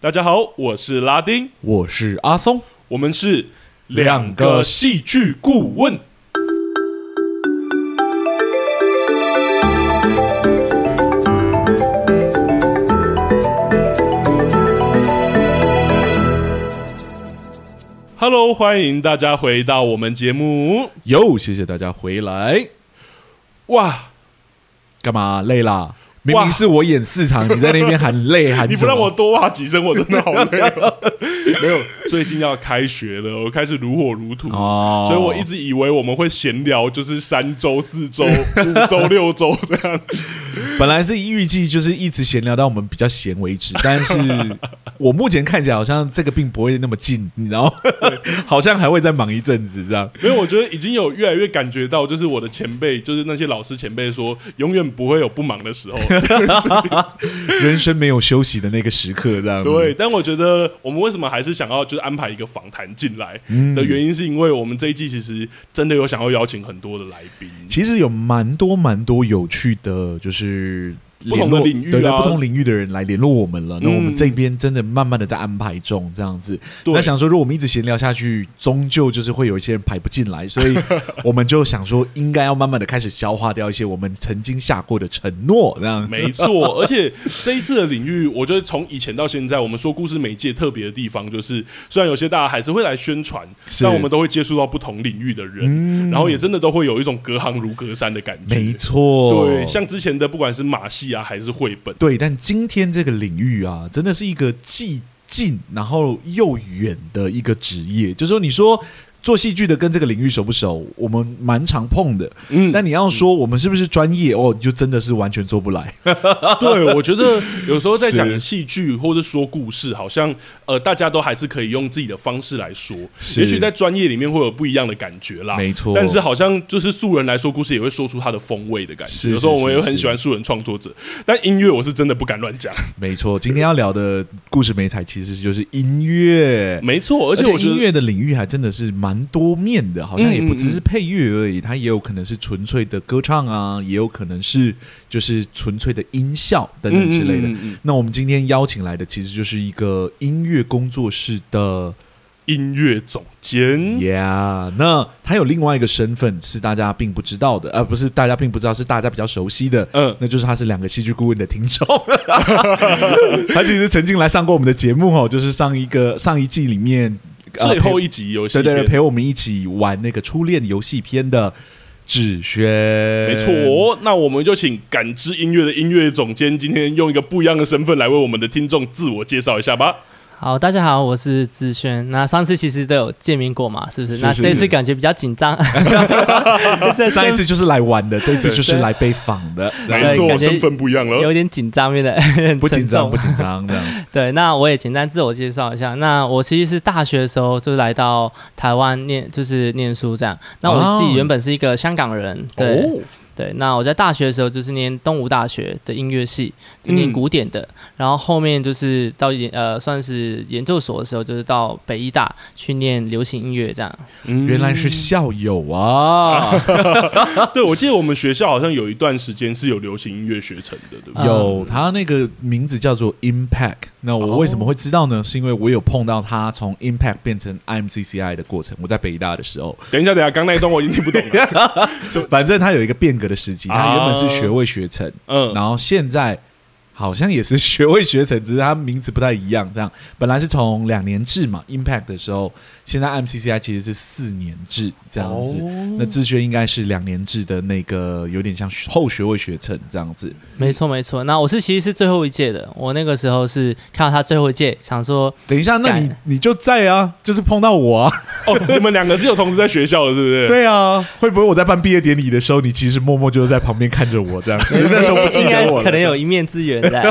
大家好，我是拉丁， 我是阿松， 我们是两个戏剧顾问。Hello， 欢迎大家回到我们节目。 谢谢大家回来。 哇， 干嘛累啦？明明是我演4场，你在那边喊累喊什么？ 你不让我多挖几声，我真的好累哦。没有，最近要开学了，我开始如火如荼，所以我一直以为我们会闲聊，就是3周、4周、5周、6周这样。 本来是预计就是一直闲聊到我们比较闲为止，但是我目前看起来好像这个并不会那么近，你知道吗？好像还会再忙一阵子这样。 因为我觉得已经有越来越感觉到，就是我的前辈，就是那些老师前辈说，永远不会有不忙的时候。 人生没有休息的那个时刻这样。 对，但我觉得我们为什么还是想要就是安排一个访谈进来的原因，是因为我们这一季其实真的有想要邀请很多的来宾， 其实有蛮多有趣的，就是不同的领域对不同领域的人来联络我们了。那我们这边真的慢慢的在安排中，这样子。那想说，如果我们一直闲聊下去，终究就是会有一些人排不进来，所以我们就想说，应该要慢慢的开始消化掉一些我们曾经下过的承诺，这样。 没错，而且这一次的领域，我觉得从以前到现在，我们说故事媒介特别的地方，就是虽然有些大家还是会来宣传，但我们都会接触到不同领域的人，然后也真的都会有一种隔行如隔山的感觉。 没错， 对，像之前的不管是马戏啊，还是绘本， 对，但今天这个领域啊，真的是一个既近然后又远的一个职业。就是说，你说做戏剧的跟这个领域熟不熟？我们蛮常碰的，但你要说我们是不是专业哦，就真的是完全做不来。 对，我觉得有时候在讲戏剧或者说故事，好像大家都还是可以用自己的方式来说，也许在专业里面会有不一样的感觉啦， 没错。 但是好像就是素人来说故事，也会说出他的风味的感觉。有时候我们也很喜欢素人创作者，但音乐我是真的不敢乱讲。 没错，今天要聊的故事媒材其实就是音乐， 没错，而且我觉得音乐的领域还真的是蛮多面的，好像也不只是配乐而已，它也有可能是纯粹的歌唱啊，也有可能是就是纯粹的音效等等之类的。那我们今天邀请来的其实就是一个音乐工作室的音乐总监。 那他有另外一个身份是大家并不知道的，不是大家并不知道，是大家比较熟悉的，那就是他是两个戏剧顾问的听众。他其实曾经来上过我们的节目，就是上一季里面最后一集游戏片， 对，陪我们一起玩那个初恋游戏片的志轩。 没错，那我们就请感知音乐的音乐总监今天用一个不一样的身份来为我们的听众自我介绍一下吧。 好，大家好，我是志轩。那上次其实都有见面过嘛，是不是？那这次感觉比较紧张。 上一次就是来玩的，这一次就是来被访的。 没错，身份不一样了， 有点紧张，变得不紧张这样。 对，那我也简单自我介绍一下。那我其实是大学的时候就来到台湾念书这样。那我自己原本是一个香港人，对，那我在大学的时候就是念东吴大学的音乐系，就念古典的，然后后面就是到算是研究所的时候，就是到北医大去念流行音乐这样。 原来是校友啊！ 对，我记得我们学校好像有一段时间是有流行音乐学程的，对不对？ 有，他那个名字叫做 Impact。那我为什么会知道呢？是因为我有碰到他从 Impact 变成 IMCCI 的过程。我在北医大的时候， 等一下，刚那一段我已经听不懂了。 反正他有一个变革的时期，他原本是学位学程，然后现在好像也是学位学程，只是他名字不太一样。这样本来是从2年制嘛 ，Impact 的时候，现在 MCCI 其实是4年制这样子。那志轩应该是2年制的那个，有点像后学位学程这样子。 没错。那我其实是最后一届的，我那个时候是看到他最后一届，想说等一下，那你就在啊，就是碰到我啊。 你们2个是有同时在学校的，是不是？ 对啊，会不会我在办毕业典礼的时候，你其实默默就是在旁边看着我这样？那时候不记得我了， 可能有一面之缘在。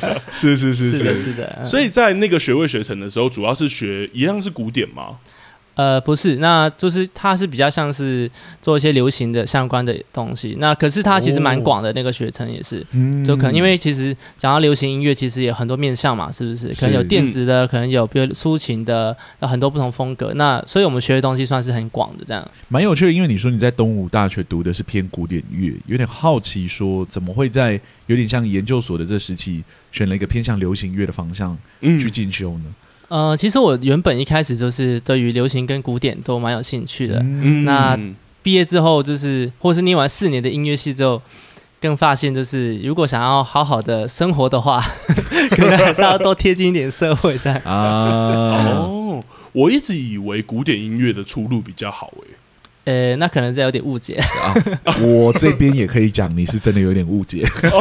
是的。 所以在那个学位学程的时候，主要是学一样是古典吗？ 不是，那就是它是比较像是做一些流行的相关的东西。那可是它其实蛮广的，那个学程也是，就可能因为其实讲到流行音乐，其实也有很多面向嘛，是不是？可能有电子的，可能有比如抒情的，有很多不同风格。那所以我们学的东西算是很广的，这样蛮有趣的。因为你说你在东吴大学读的是偏古典乐，有点好奇说怎么会在有点像研究所的这时期选了一个偏向流行乐的方向去进修呢？ 其实我原本一开始就是对于流行跟古典都蛮有兴趣的。那毕业之后，就是或是念完4年的音乐系之后，更发现就是如果想要好好的生活的话，可能还是要多贴近一点社会这样。 我一直以为古典音乐的出路比较好那可能这有点误解我这边也可以讲，你是真的有点误解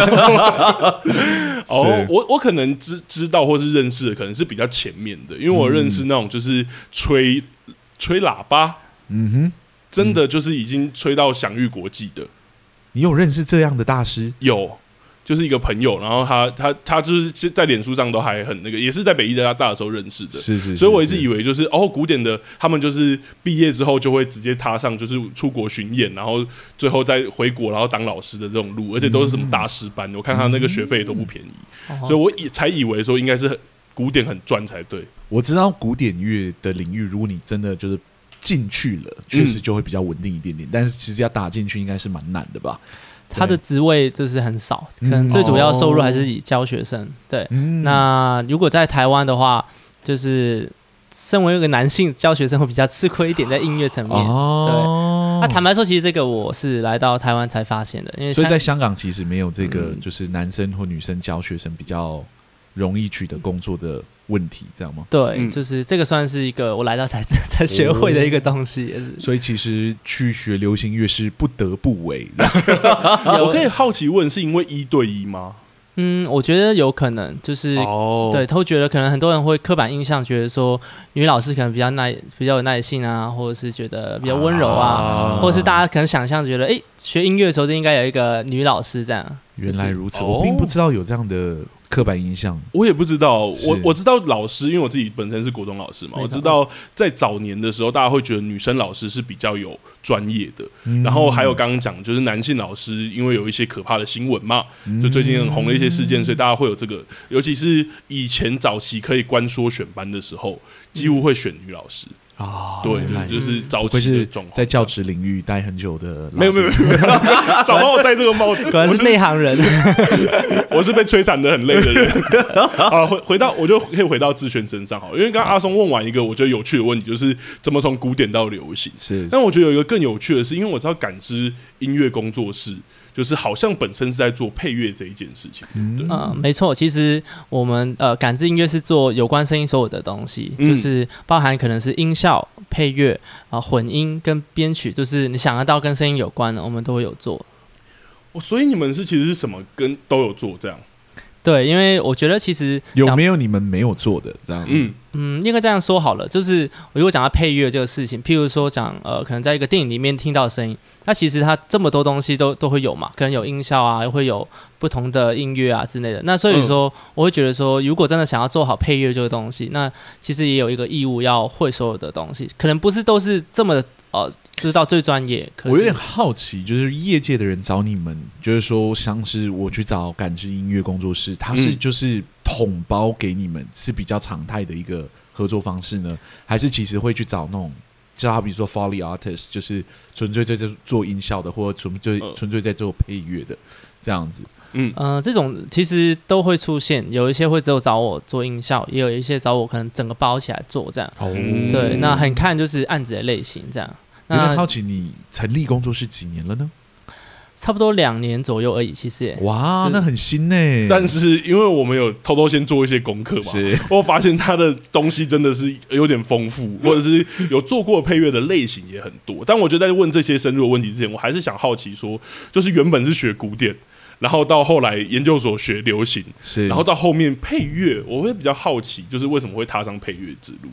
我可能知道或是认识的可能是比较前面的，因为我认识那种就是吹喇叭，真的就是已经吹到享誉国际的。 你有认识这样的大师？ 有，就是一个朋友，然后他就是在脸书上都还很那个，也是在北艺大的时候认识的， 是， 所以我一直以为就是古典的他们就是毕业之后就会直接踏上就是出国巡演，然后最后再回国然后当老师的这种路，而且都是什么大师班，我看他那个学费也都不便宜，所以我才以为说应该是古典很赚才对。 我知道古典乐的领域，如果你真的就是进去了，确实就会比较稳定一点点，但是其实要打进去应该是蛮难的吧。 他的职位就是很少，可能最主要收入还是以教学生。对，那如果在台湾的话，就是身为一个男性教学生会比较吃亏一点，在音乐层面。对，那坦白说，其实这个我是来到台湾才发现的，因为所以在香港其实没有这个，就是男生或女生教学生比较容易取得工作的问题，这样吗？ 对，就是这个算是一个我来到才学会的一个东西，也是。 所以其实去学流行乐是不得不为。 我可以好奇问，是因为1对1吗？ 我觉得有可能，就是对，都觉得可能很多人会刻板印象，觉得说女老师可能比较有耐性啊，或者是觉得比较温柔啊，或者是大家可能想象觉得，学音乐的时候就应该有一个女老师这样。 原来如此，我并不知道有这样的刻板印象。 我也不知道，我知道老师，因为我自己本身是国中老师嘛，我知道在早年的时候，大家会觉得女生老师是比较有专业的，然后还有刚刚讲就是男性老师，因为有一些可怕的新闻嘛，就最近很红的一些事件，所以大家会有这个，尤其是以前早期可以官说选班的时候，几乎会选女老师。对，就是早期的状况， 在教职领域待很久的， 没有，少帮我戴这个帽子， 果然是内行人。 我是被摧残的很累的人。好，回到我就可以回到志轩身上好了，因为刚刚阿松问完一个我觉得有趣的问题，就是怎么从古典到流行。 是， 但我觉得有一个更有趣的是，因为我知道感知音乐工作室。就是好像本身是在做配乐这一件事情， 没错。其实我们感知音乐是做有关声音所有的东西，就是包含可能是音效、配乐混音跟编曲，就是你想得到跟声音有关的，我们都会有做。 所以你们其实是什么都有做这样？ 对，因为我觉得其实有没有你们没有做的这样？ 应该这样说好了，就是我如果讲到配乐这个事情，譬如说讲可能在一个电影里面听到的声音，那其实它这么多东西都会有嘛，可能有音效啊，会有不同的音乐啊之类的。那所以说，我会觉得说，如果真的想要做好配乐这个东西，那其实也有一个义务要会所有的东西，可能不是都是这么就是到最专业。 我有点好奇，就是业界的人找你们，就是说像是我去找感知音乐工作室，他是就是统包给你们，是比较常态的一个合作方式呢，还是其实会去找那种，就好比说 Foley artist， 就是纯粹在做音效的，或者纯粹在做配乐的这样子。 这种其实都会出现，有一些会只有找我做音效，也有一些找我可能整个包起来做这样。对，那很看就是案子的类型这样。 有点好奇，你成立工作室几年了呢？ 差不多2年左右而已，其实也哇，那很新呢。 但是因为我们有偷偷先做一些功课嘛，我发现他的东西真的是有点丰富，或者是有做过配乐的类型也很多。但我觉得在问这些深入的问题之前，我还是想好奇说，就是原本是学古典，然后到后来研究所学流行，然后到后面配乐，我会比较好奇，就是为什么会踏上配乐之路。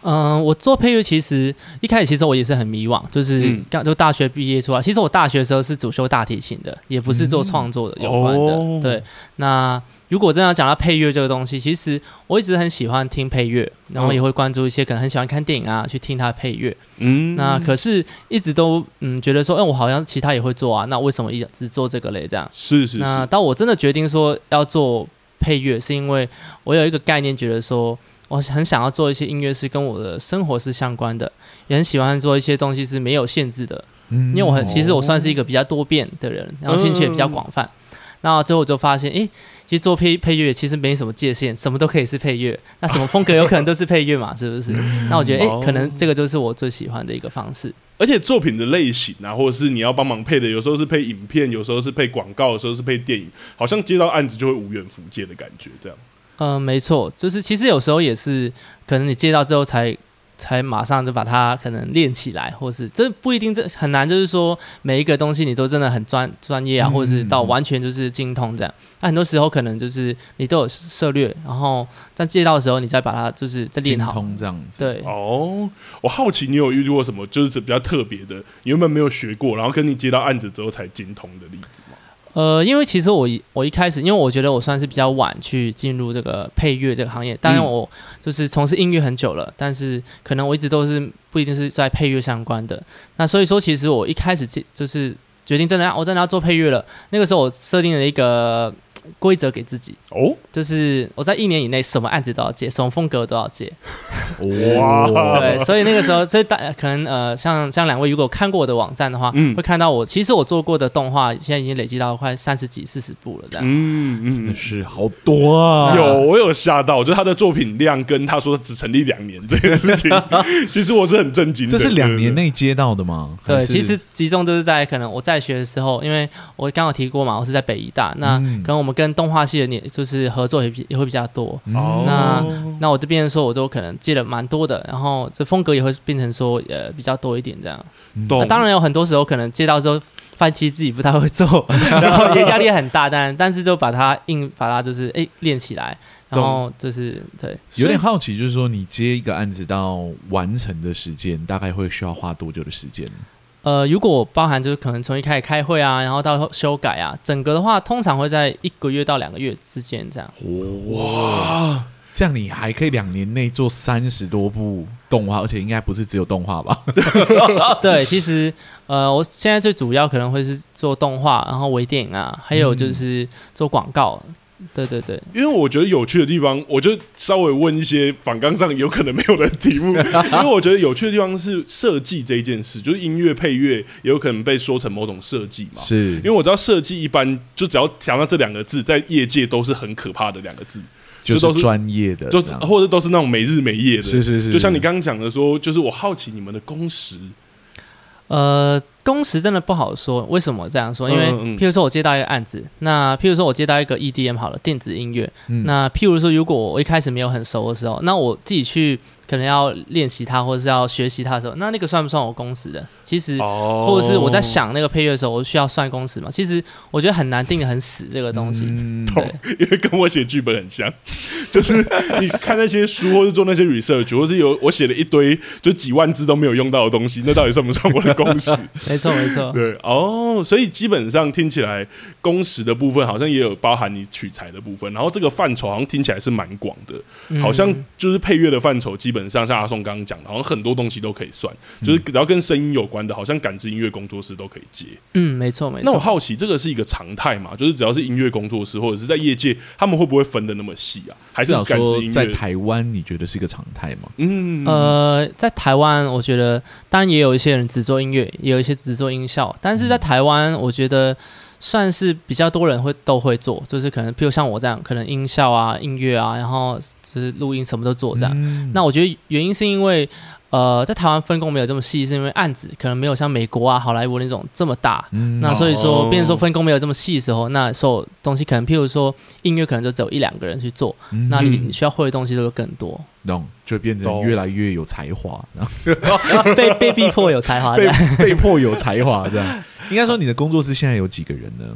我做配乐其实一开始其实我也是很迷惘，就是就大学毕业出来，其实我大学的时候是主修大提琴的，也不是做创作的有关的。对，那如果真的要讲到配乐这个东西，其实我一直很喜欢听配乐，然后也会关注一些可能很喜欢看电影啊，去听他的配乐。那可是一直都觉得说，我好像其他也会做啊，那为什么一直做这个嘞？这样是。 那当我真的决定说要做配乐，是因为我有一个概念，觉得说我很想要做一些音乐是跟我的生活是相关的，也很喜欢做一些东西是没有限制的。因为其实我算是一个比较多变的人，然后兴趣也比较广泛。那最后我就发现，其实做配乐其实没什么界限，什么都可以是配乐。那什么风格有可能都是配乐嘛，是不是？那我觉得，可能这个就是我最喜欢的一个方式。 而且作品的类型啊，或者是你要帮忙配的，有时候是配影片，有时候是配广告，有时候是配电影，好像接到案子就会无远弗届的感觉，这样。 没错，就是其实有时候也是，可能你接到之后才马上就把它可能练起来，或是这不一定，这很难，就是说每一个东西你都真的很专业啊，或者是到完全就是精通这样。那很多时候可能就是你都有涉略，然后在接到的时候你再把它就是再练好， 精通这样子。 对。 我好奇你有遇过什么就是比较特别的，你原本没有学过，然后跟你接到案子之后才精通的例子吗？ 因为其实我一开始，因为我觉得我算是比较晚去进入这个配乐这个行业，当然我就是从事音乐很久了，但是可能我一直都是不一定是在配乐相关的。那所以说，其实我一开始就是决定我真的要做配乐了。那个时候我设定了一个规则给自己，就是我在1年以内什么案子都要接，什么风格都要接。 哇！ 对，所以那个时候，可能像两位如果看过我的网站的话，会看到其实我做过的动画现在已经累积到快30几40部了，这样。 真的是好多啊！ 我有吓到，就是他的作品量跟他说只成立2年这件事情，其实我是很震惊的。 这是2年内接到的吗？ 对，其实集中都是在可能我在学的时候，因为我刚刚有提过嘛，我是在北医大，那可能我们跟动画系的就是合作也会比较多。那我这边说，我都可能接了蛮多的，然后这风格也会变成说比较多一点这样。那当然有很多时候可能接到之后，发现其实自己不太会做，然后也压力很大，但是就把它就是练起来，然后就是对。 有点好奇，就是说你接一个案子到完成的时间，大概会需要花多久的时间呢？ 如果包含就是可能从一开始开会啊，然后到修改啊，整个的话通常会在1个月到2个月之间这样。 哇！这样你还可以2年内做30多部动画，而且应该不是只有动画吧？ 对，其实我现在最主要可能会是做动画，然后微电影啊，还有就是做广告。对， 因为我觉得有趣的地方，我就稍微问一些访纲上有可能没有的题目，因为我觉得有趣的地方是设计这一件事，就是音乐配乐也有可能被说成某种设计嘛。 是因为我知道设计一般就只要调到这2个字，在业界都是很可怕的2个字。 就是专业的， 或者都是那种没日没夜的， 是， 就像你刚刚讲的说，就是我好奇你们的工时， 工时真的不好说，为什么这样说？因为譬如说我接到一个案子，那譬如说我接到一个 EDM 好了，电子音乐，那譬如说如果我一开始没有很熟的时候，那我自己去可能要练习它或者是要学习它的时候，那个算不算我工时的？其实，或者是我在想那个配乐的时候，我需要算工时嘛？其实我觉得很难定得很死这个东西， 对，因为跟我写剧本很像，就是你看那些书或是做那些 research， 或是我写了一堆就几万字都没有用到的东西，那到底算不算我的工时？ 没错， 对所以基本上听起来工时的部分好像也有包含你取材的部分，然后这个范畴好像听起来是蛮广的，好像就是配乐的范畴，基本上像阿松刚刚讲的，好像很多东西都可以算，就是只要跟声音有关的，好像感知音乐工作室都可以接。 没错。 那我好奇，这个是一个常态嘛？就是只要是音乐工作室或者是在业界，他们会不会分的那么细啊？还是感知音乐在台湾，你觉得是一个常态吗？ 在台湾，我觉得当然也有一些人只做音乐，也有一些只做音效，但是在台湾，我觉得算是比较多人都会做，就是可能譬如像我这样，可能音效啊、音乐啊，然后就是录音什么都做这样。那我觉得原因是因为在台湾分工没有这么细，是因为案子可能没有像美国啊、好莱坞那种这么大。那所以说，变成说分工没有这么细的时候，那所有东西可能譬如说音乐可能就只有1-2个人去做，那你需要会的东西就会更多。 就变成越来越有才华， 被逼迫有才华， 被迫有才华这样。应该说你的工作室现在有几个人呢？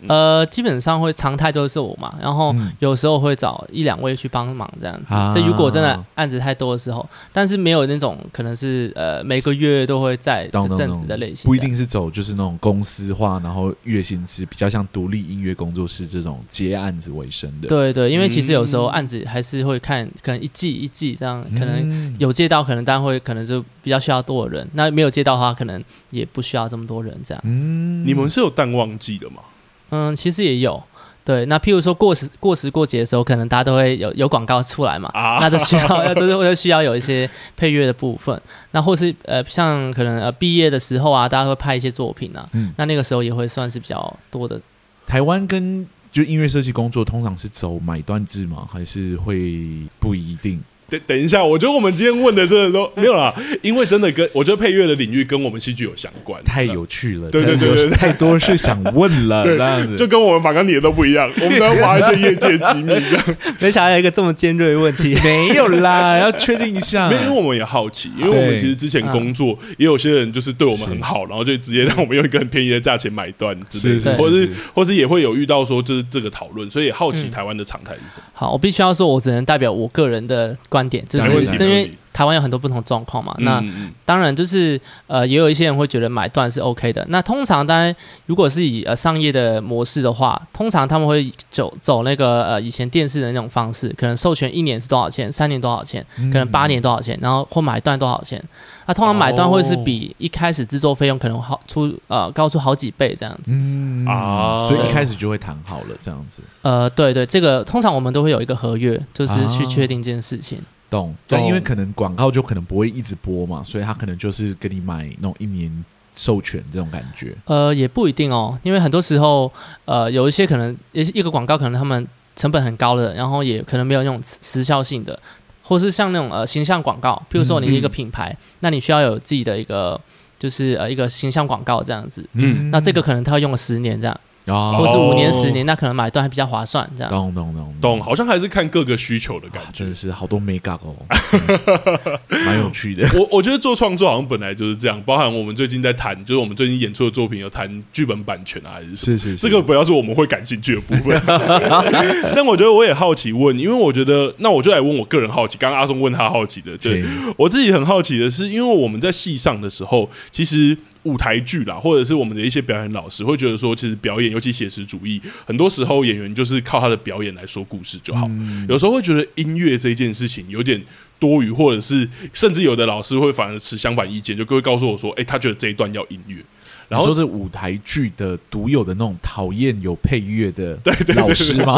基本上会常态都是我嘛，然后有时候会找1-2位去帮忙这样子。这如果真的案子太多的时候，但是没有那种可能是每个月都会在这阵子的类型， 不一定是走就是那种公司化，然后月薪制比较像独立音乐工作室这种接案子为生的。 对对，因为其实有时候案子还是会看，可能一季这样，可能有接到，可能当然会可能就比较需要多的人，那没有接到的话，可能也不需要这么多人这样。 你们是有淡旺季的吗？ 其实也有。对，那譬如说过时过节的时候，可能大家都会有广告出来嘛，那就需要就是需要有一些配乐的部分。那或是像可能毕业的时候啊，大家会拍一些作品啊，那个时候也会算是比较多的。 台湾跟就音乐设计工作通常是走买断制吗？还是会不一定？ 等一下，我觉得我们今天问的真的都没有啦，因为真的我觉得配乐的领域跟我们戏剧有相关， 太有趣了， 对， 太多事想问了，这样子就跟我们访纲里的都不一样，我们都要挖一些业界机密这样。 没想到有一个这么尖锐的问题， 没有啦，要确定一下。 因为我们也好奇，因为我们其实之前工作也有些人就是对我们很好，然后就直接让我们用一个很便宜的价钱买断之类的，或是也会有遇到说就是这个讨论，所以也好奇台湾的常态是什么。 好，我必须要说，我只能代表我个人的观点，就是因为台湾有很多不同状况嘛，那当然就是也有一些人会觉得买断是 OK 的。那通常当然如果是以商业的模式的话，通常他们会走那个以前电视的那种方式，可能授权1年是多少钱，3年多少钱，可能8年多少钱，然后或买断多少钱。那通常买断会是比一开始制作费用可能高出好几倍这样子。 所以一开始就会谈好了这样子。 对，这个通常我们都会有一这个合约，就是去确定这件事情。 懂，但因为可能广告就可能不会一直播嘛，所以他可能就是跟你买那种1年授权这种感觉。 也不一定哦，因为很多时候有一些可能一个广告可能他们成本很高的，然后也可能没有那种时效性的，或是像那种形象广告，譬如说你一个品牌，那你需要有自己的一个就是一个形象广告这样子，那这个可能他要用了10年这样。或是5年10年，那可能买断还比较划算，这样。 懂， 好像还是看各个需求的感觉， 真的是好多make up 哦，蛮有趣的。 我觉得做创作好像本来就是这样，包含我们最近在谈，就是我们最近演出的作品有谈剧本版权啊，还是什么？ 是这个不要是我们会感兴趣的部分。但我觉得我也好奇问，因为我觉得，那我就来问我个人好奇。刚刚阿松问他好奇的，对我自己很好奇的是，因为我们在戏上的时候，其实舞台剧啦，或者是我们的一些表演老师会觉得说，其实表演，尤其写实主义，很多时候演员就是靠他的表演来说故事就好。有时候会觉得音乐这件事情有点多余，或者是甚至有的老师会反而持相反意见，就会告诉我说，他觉得这一段要音乐。 然后说是舞台剧的独有的那种讨厌有配乐的老师吗？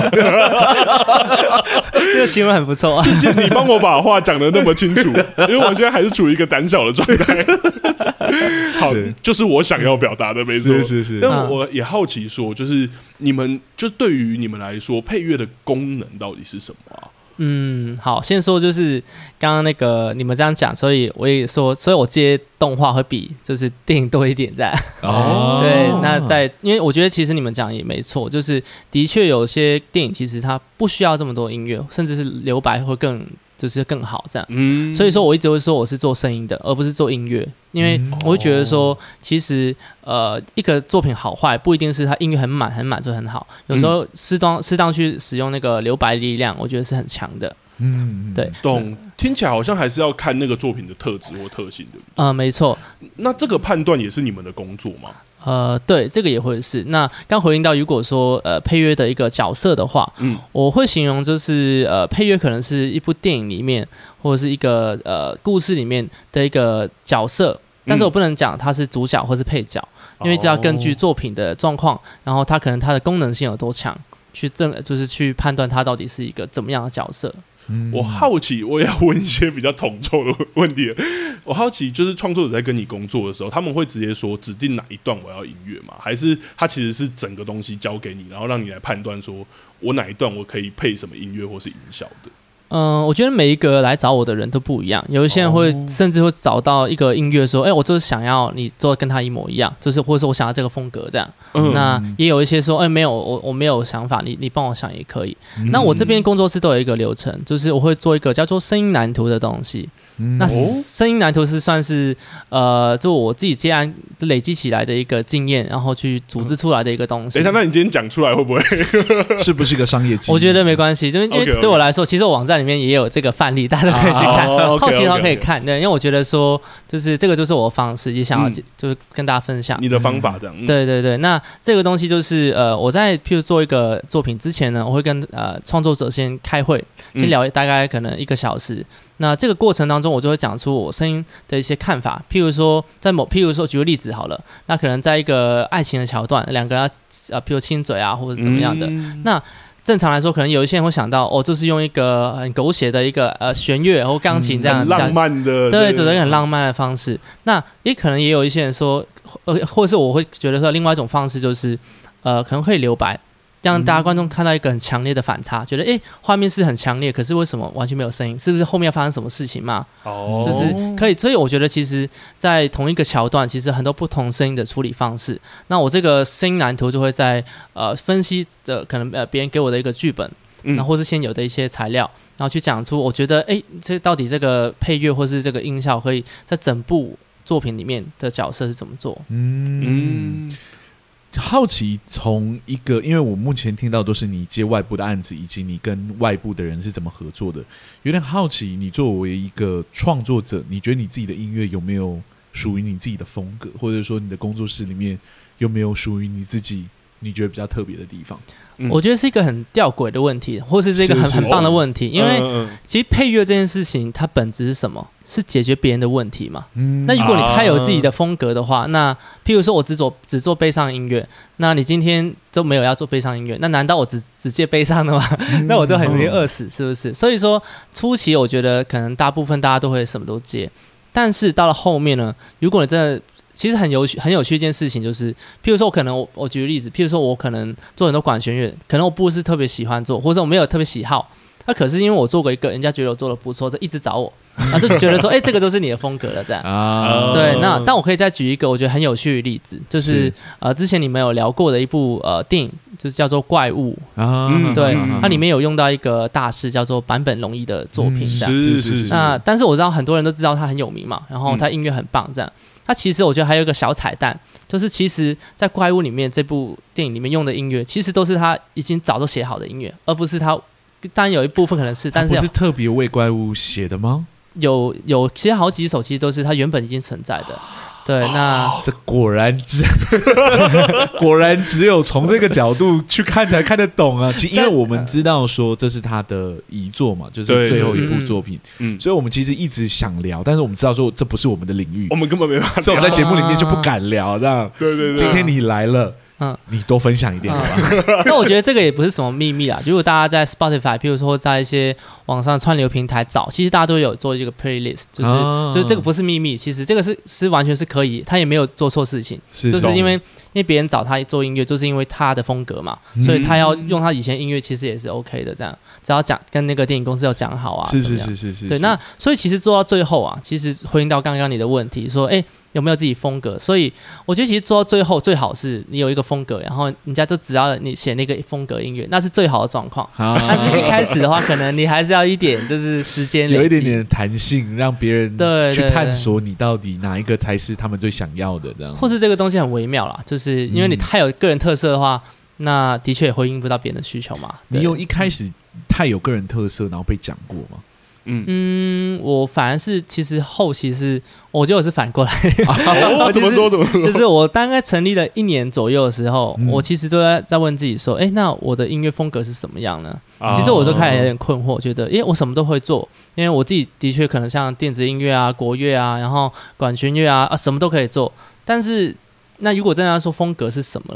这个形容很不错啊！ 谢谢你帮我把话讲得那么清楚，因为我现在还是处于一个胆小的状态。好，就是我想要表达的，没错。 是。 但我也好奇说，就是你们就对于你们来说，配乐的功能到底是什么啊？ 好，先说就是刚刚那个你们这样讲，所以我也说，所以我接动画会比就是电影多一点在。对，那因为我觉得其实你们讲也没错，就是的确有些电影其实它不需要这么多音乐，甚至是留白会更好这样。所以说我一直会说我是做声音的，而不是做音乐，因为我会觉得说，其实一个作品好坏不一定是它音乐很满就很好，有时候适当去使用那个留白力量，我觉得是很强的。对， 懂。听起来好像还是要看那个作品的特质或特性，对不对？ 没错。 那这个判断也是你们的工作吗？ 对，这个也会是。那刚回应到，如果说配乐的一个角色的话，我会形容就是配乐可能是一部电影里面或者是一个故事里面的一个角色，但是我不能讲他是主角或是配角，因为这要根据作品的状况，然后他可能他的功能性有多强，就是去判断他到底是一个怎么样的角色。 我好奇，我也要问一些比较统筹的问题。我好奇，就是创作者在跟你工作的时候，他们会直接说指定哪一段我要音乐吗？还是他其实是整个东西交给你，然后让你来判断说我哪一段我可以配什么音乐或是音效的？ 我觉得每一个来找我的人都不一样，有一些人会甚至会找到一个音乐说，我就是想要你做跟他一模一样，就是或者说我想要这个风格这样。那也有一些说，没有，我没有想法，你帮我想也可以。那我这边工作室都有一个流程，就是我会做一个叫做声音蓝图的东西。那声音蓝图是算是就我自己接案累积起来的一个经验，然后去组织出来的一个东西。 等一下，那你今天讲出来会不会是不是一个商业机？ 我觉得没关系，就是因为对我来说，其实我网站里面也有这个范例，大家都可以去看，好奇的话可以看。对，因为我觉得说，就是这个就是我的方式，也想要就是跟大家分享你的方法这样。 对对对，那这个东西就是我在譬如做一个作品之前呢，我会跟创作者先开会，先聊大概可能1个小时。那这个过程当中，我就会讲出我声音的一些看法。譬如说举个例子好了，那可能在一个爱情的桥段，两个人譬如亲嘴啊，或者怎么样的。那正常来说，可能有一些人会想到，就是用一个很狗血的一个弦乐或钢琴这样很浪漫的， 对，走一个很浪漫的方式。那可能也有一些人说，或者是我会觉得说，另外一种方式就是可能会留白。让大家观众看到一个很强烈的反差，觉得画面是很强烈，可是为什么完全没有声音？是不是后面要发生什么事情嘛？就是可以，所以我觉得其实，在同一个桥段，其实很多不同声音的处理方式。那我这个声音蓝图就会在分析的可能别人给我的一个剧本，然后或是现有的一些材料，然后去讲出我觉得这到底这个配乐或是这个音效可以在整部作品里面的角色是怎么做？ 好奇从一个，因为我目前听到都是你接外部的案子，以及你跟外部的人是怎么合作的，有点好奇，你作为一个创作者，你觉得你自己的音乐有没有属于你自己的风格，或者说你的工作室里面有没有属于你自己你觉得比较特别的地方？ 我觉得是一个很吊诡的问题，或是这个很棒的问题，因为其实配乐这件事情，它本质是什么？是解决别人的问题嘛？那如果你太有自己的风格的话，那譬如说我只做悲伤音乐，那你今天就没有要做悲伤音乐，那难道我只接悲伤的吗？那我就很容易饿死，是不是？所以说初期我觉得可能大部分大家都会什么都接，但是到了后面呢，如果你真的其实很有趣一件事情，就是譬如说我举个例子，譬如说我可能做很多管弦乐，可能我不是特别喜欢做，或者我没有特别喜好，那可是因为我做过一个，人家觉得我做的不错，就一直找我，然后就觉得说这个就是你的风格了这样。对，那但我可以再举一个我觉得很有趣的例子，就是之前你们有聊过的一部电影，就是叫做《怪物》对，它里面有用到一个大师叫做坂本龙一的作品这样。 是。 那但是我知道很多人都知道他很有名嘛，然后他音乐很棒这样。它其实我觉得还有一个小彩蛋，就是其实在怪物里面这部电影里面用的音乐，其实都是他已经早就写好的音乐，而不是他当然有一部分可能是，但是不是特别为怪物写的吗？ 有其实好几首其实都是他原本已经存在的。对，那这果然只有从这个角度去看才看得懂啊！其实因为我们知道说这是他的遗作嘛，就是最后一部作品，所以我们其实一直想聊，但是我们知道说这不是我们的领域， 我们根本没办法聊， 所以我们在节目里面就不敢聊，这样。 对， 今天你来了。你多分享一点好吧。 那我觉得这个也不是什么秘密啊。如果大家在 Spotify， 譬如说在一些网上串流平台找，其实大家都有做一个 playlist， 就是这个不是秘密，其实这个是完全是可以，他也没有做错事情，就是因为别人找他做音乐，就是因为他的风格嘛，所以他要用他以前音乐，其实也是 OK 的，这样只要跟那个电影公司要讲好啊。 是。 对，那所以其实做到最后啊，其实回应到刚刚你的问题，说有没有自己风格？所以我觉得其实做到最后最好是你有一个风格，然后人家就只要你写那个风格音乐，那是最好的状况。但是一开始的话，可能你还是要一点就是时间累积， 有一点点弹性，让别人去探索你到底哪一个才是他们最想要的这样。 或是这个东西很微妙啦，就是因为你太有个人特色的话，那的确也回应不到别人的需求嘛。 你有一开始太有个人特色，然后被讲过吗？ 我反而是其实后期是，我觉得我是反过来。 怎么说？ 就是我大概成立了1年左右的时候，我其实都在问自己说，那我的音乐风格是什么样呢？其实我就开始有点困惑，觉得我什么都会做，因为我自己的确可能像电子音乐啊、国乐啊，然后管弦乐啊，什么都可以做。但是那如果真的要说风格是什么了，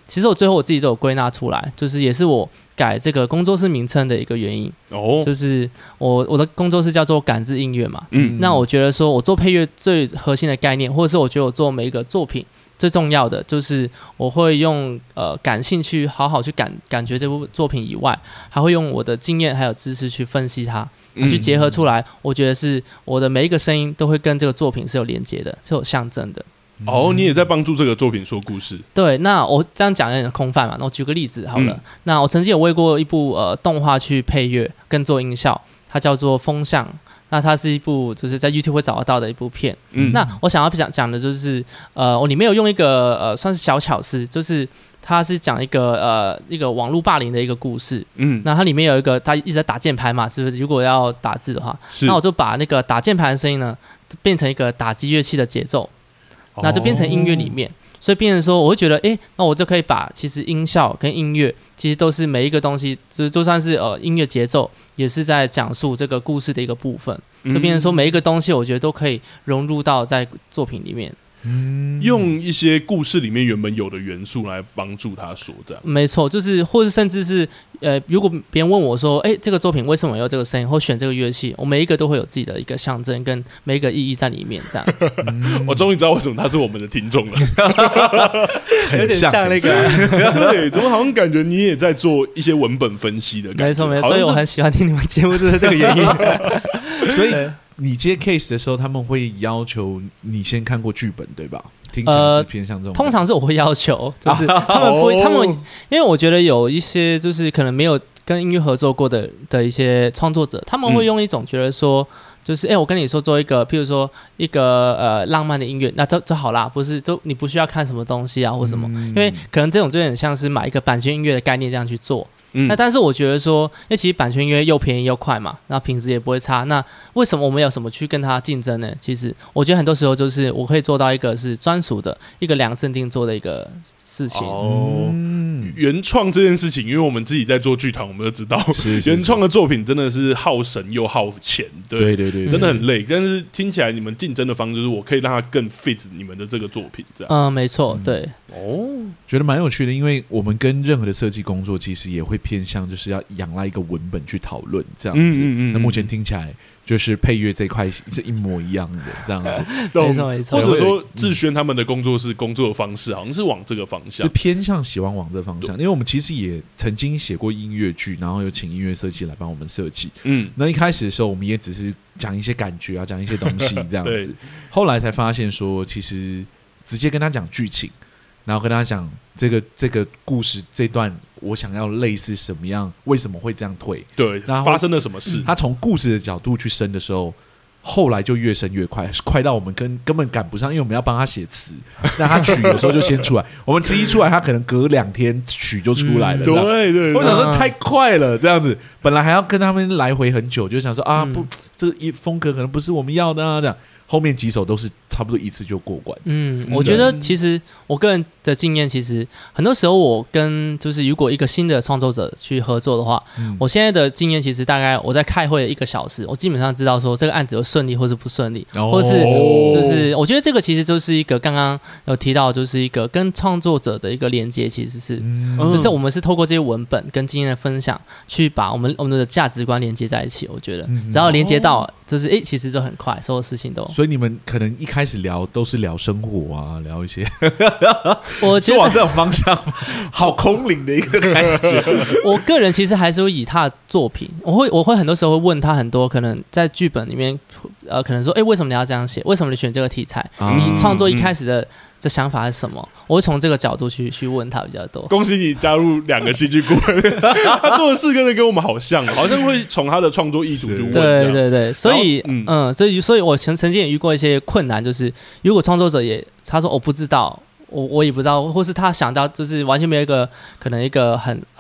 其实我最后我自己都有归纳出来，就是也是我改这个工作室名称的一个原因。就是我的工作室叫做感知音乐嘛。那我觉得说我做配乐最核心的概念，或者是我觉得我做每一个作品最重要的，就是我会用感性去好好去感觉这部作品以外，还会用我的经验还有知识去分析它，去结合出来。我觉得是我的每一个声音都会跟这个作品是有连接的，是有象征的。 你也在帮助这个作品说故事。 对，那我这样讲有点空泛嘛，那我举个例子好了。那我曾经有为过一部动画去配乐跟做音效，它叫做《风向》。那它是一部就是在 YouTube 会找得到的一部片。那我想要讲的就是我里面有用一个算是小巧思，就是它是讲一个网络霸凌的一个故事。那它里面有一个他一直在打键盘嘛，是不是？如果要打字的话，那我就把那个打键盘的声音呢变成一个打击乐器的节奏。那就变成音乐里面，所以变成说，我会觉得，那我就可以把其实音效跟音乐，其实都是每一个东西，就算是音乐节奏，也是在讲述这个故事的一个部分。就变成说，每一个东西，我觉得都可以融入到在作品里面。 用一些故事里面原本有的元素来帮助他说这样。 没错，就是或是甚至是如果别人问我说，这个作品为什么有这个声音或选这个乐器，我每一个都会有自己的一个象征跟每一个意义在里面，这样。 我终于知道为什么他是我们的听众了， 有点像那个， 对，怎么好像感觉你也在做一些文本分析的感觉？ 没错没错，所以我很喜欢听你们节目，就是这个原因。 所以你接 case 的时候，他们会要求你先看过剧本，对吧？听起来是偏向这种。 通常是我会要求，就是他们不会，他们因为我觉得有一些就是可能没有跟音乐合作过的一些创作者，他们会用一种觉得说，就是我跟你说做一个，譬如说一个浪漫的音乐，那这好啦，不是你不需要看什么东西啊或什么，因为可能这种就很像是买一个版权音乐的概念这样去做。那但是我觉得说，因为其实版权音乐又便宜又快嘛，那品质也不会差。那为什么我们有什么去跟它竞争呢？其实我觉得很多时候就是我可以做到一个是专属的一个量身定做的一个事情。 原创这件事情，因为我们自己在做剧团，我们都知道原创的作品真的是耗神又耗钱，对，真的很累。但是听起来你们竞争的方式就是我可以让它更 fit 你们的这个作品，这样。 没错，对。 觉得蛮有趣的，因为我们跟任何的设计工作其实也会偏向就是要仰赖一个文本去讨论这样子。那目前听起来就是配乐这一块是一模一样的这样子。 没错没错。 或者说志轩他们的工作室工作的方式好像是往这个方向， 是偏向喜欢往这方向。因为我们其实也曾经写过音乐剧，然后有请音乐设计来帮我们设计。那一开始的时候我们也只是讲一些感觉啊，讲一些东西这样子。后来才发现说，其实直接跟他讲剧情，然后跟他讲这个故事这段我想要类似什么样，为什么会这样推， 对，发生了什么事。 他从故事的角度去生的时候，后来就越生越快，快到我们根本赶不上，因为我们要帮他写词，那他曲有时候就先出来，我们词一出来，他可能隔2天曲就出来了。 对， 我想说太快了，这样子，本来还要跟他们来回很久，就想说不，这个风格可能不是我们要的啊，这样。后面几首都是差不多一次就过关。 我觉得其实我个人的经验，其实很多时候我跟就是如果一个新的创作者去合作的话，我现在的经验其实大概我在开会的1个小时，我基本上知道说这个案子有顺利或是不顺利，或是就是我觉得这个其实就是一个刚刚有提到，就是一个跟创作者的一个连接，其实是就是我们是透过这些文本跟经验的分享，去把我们的价值观连接在一起。我觉得只要连接到，就是其实就很快，所有事情都。 所以你们可能一开始聊都是聊生活啊，聊一些， 我觉得往这种方向，好空灵的一个感觉。 我个人其实还是会以他的作品，我会很多时候会问他很多，可能在剧本里面，可能说，为什么你要这样写？为什么你选这个题材？你创作一开始的这想法是什么？我会从这个角度去问他比较多。 恭喜你加入2个戏剧顾问，他做的事跟我们好像会从他的创作意图去问。 对，所以我曾经也遇过一些困难，就是如果创作者他说我不知道，我也不知道，或是他想到就是完全没有一个可能一个很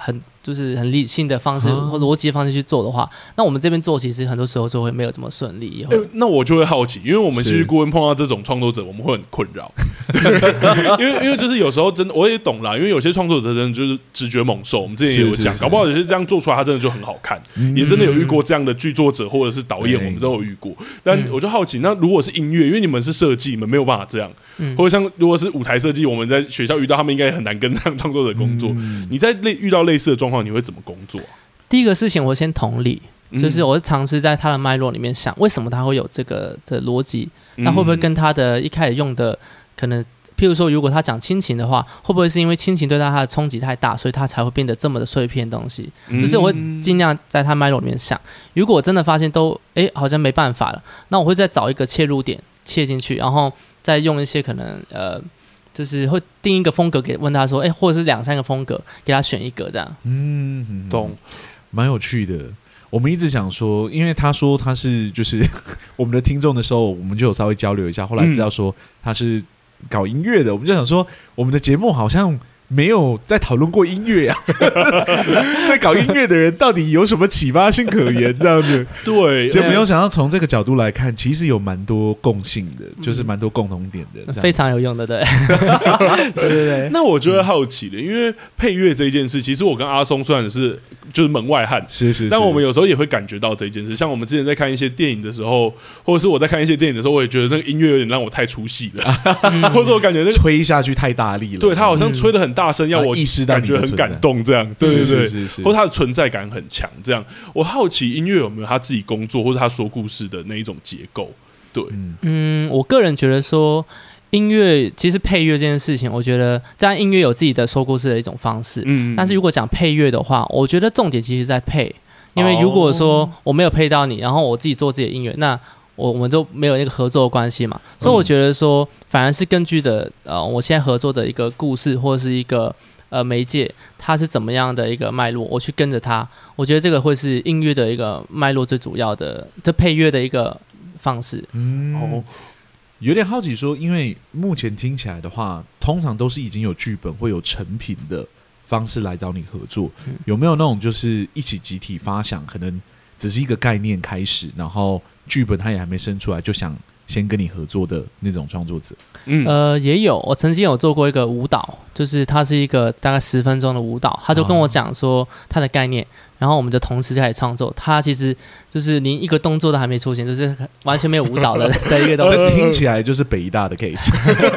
就是很理性的方式或逻辑的方式去做的话，那我们这边做其实很多时候就会没有这么顺利。 那我就会好奇，因为我们戏剧顾问碰到这种创作者，我们会很困扰，因为就是有时候真的我也懂啦，因为有些创作者真的就是直觉猛兽，我们之前也有讲，搞不好有些这样做出来，他真的就很好看，也真的有遇过这样的剧作者或者是导演，我们都有遇过。但我就好奇，那如果是音乐，因为你们是设计，你们没有办法这样，或者像如果是舞台设计，我们在学校遇到他们应该很难跟这样创作者工作。你在遇到类似的状况，你会怎么工作？ 第一个事情，我先同理，就是我会尝试在他的脉络里面想，为什么他会有这个的逻辑？那会不会跟他的一开始用的可能？譬如说，如果他讲亲情的话，会不会是因为亲情对他的冲击太大，所以他才会变得这么的碎片东西？就是我会尽量在他脉络里面想。如果我真的发现都好像没办法了，那我会再找一个切入点切进去，然后再用一些可能就是会定一个风格给问他说，或者是2-3个风格给他选一个这样。 懂，蛮有趣的。我们一直想说，因为他说他是就是我们的听众的时候，我们就有稍微交流一下，后来知道说他是搞音乐的，我们就想说我们的节目好像没有在讨论过音乐啊在搞音乐的人到底有什么启发性可言这样子。 对， 就没有想到从这个角度来看，其实有蛮多共性的，就是蛮多共同点的， 非常有用的。对对对对。 那我就会好奇的，因为配乐这一件事，其实我跟阿松虽然是就是门外汉， 是， 但我们有时候也会感觉到这件事。像我们之前在看一些电影的时候，或者是我在看一些电影的时候，我也觉得那个音乐有点让我太出戏了或者我感觉那个吹下去太大力了， 对，他好像吹得很大声，要我感觉很感动这样。对，或者他的存在感很强这样。我好奇音乐有没有他自己工作或者他说故事的那一种结构。对， 我个人觉得说音乐其实配乐这件事情，我觉得当然音乐有自己的说故事的一种方式，但是如果讲配乐的话，我觉得重点其实在配。因为如果说我没有配到你，然后我自己做自己的音乐，那我们就没有那个合作的关系嘛。所以我觉得说反而是根据的我现在合作的一个故事或是一个媒介，它是怎么样的一个脉络，我去跟着它，我觉得这个会是音乐的一个脉络最主要的，这配乐的一个方式。 有点好奇说，因为目前听起来的话，通常都是已经有剧本会有成品的方式来找你合作，有没有那种就是一起集体发想，可能只是一个概念开始，然后剧本他也还没生出来，就想先跟你合作的那种创作者？ 也有，我曾经有做过一个舞蹈，就是它是一个大概10分钟的舞蹈，他就跟我讲说他的概念，然后我们就同时开始创作。他其实就是连一个动作都还没出现，就是完全没有舞蹈的一个东西。 听起来就是北大的 case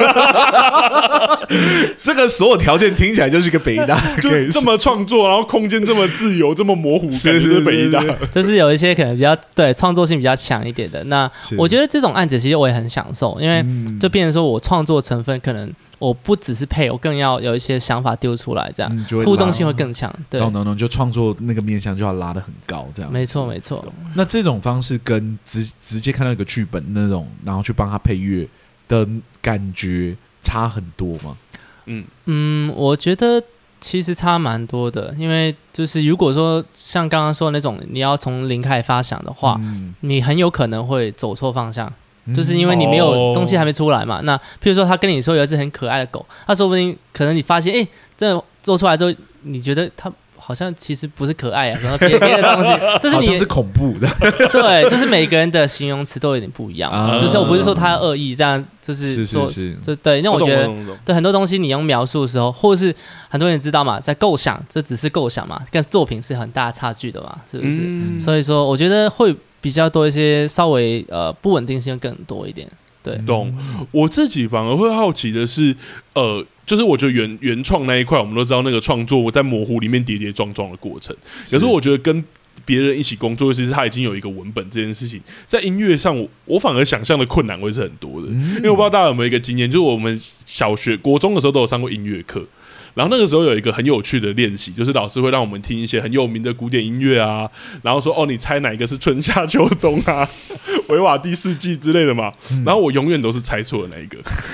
这个所有条件听起来就是一个北大的 case， 就这么创作，然后空间这么自由，这么模糊，感觉是北大， 就是有一些可能比较对创作性比较强一点的。那我觉得这种案子其实我也很享受，因为就变成说我创作成分可能我不只是配，我更要有一些想法丢出来，这样互动性会更强。对， 就创作那个面向就要拉得很高，这样。 没错没错。 那这种方式跟直接看到一个剧本那种，然后去帮他配乐的感觉差很多吗？ 我觉得其实差蛮多的，因为就是如果说像刚刚说的那种，你要从零开始发想的话，你很有可能会走错方向。就是因为你没有东西还没出来嘛，那譬如说他跟你说有一只很可爱的狗，他说不定可能你发现这做出来之后，你觉得它好像其实不是可爱啊，然后别的东西，这是你好像是恐怖的。 对，就是每个人的形容词都有点不一样，就是我不是说他恶意这样，就是说就对。那我觉得对很多东西你用描述的时候，或者是很多人知道嘛，在构想这只是构想嘛，跟作品是很大的差距的嘛，是不是？所以说我觉得会比较多一些稍微不稳定性更多一点。对， 懂。我自己反而会好奇的是，就是我觉得原创那一块，我们都知道那个创作在模糊里面跌跌撞撞的过程。可是我觉得跟别人一起工作，其实他已经有一个文本这件事情，在音乐上我反而想象的困难会是很多的。因为我不知道大家有没有一个经验，就是我们小学、国中的时候都有上过音乐课。然后那个时候有一个很有趣的练习，就是老师会让我们听一些很有名的古典音乐啊，然后说你猜哪一个是春夏秋冬啊，维瓦第4季之类的嘛。然后我永远都是猜错的那一个，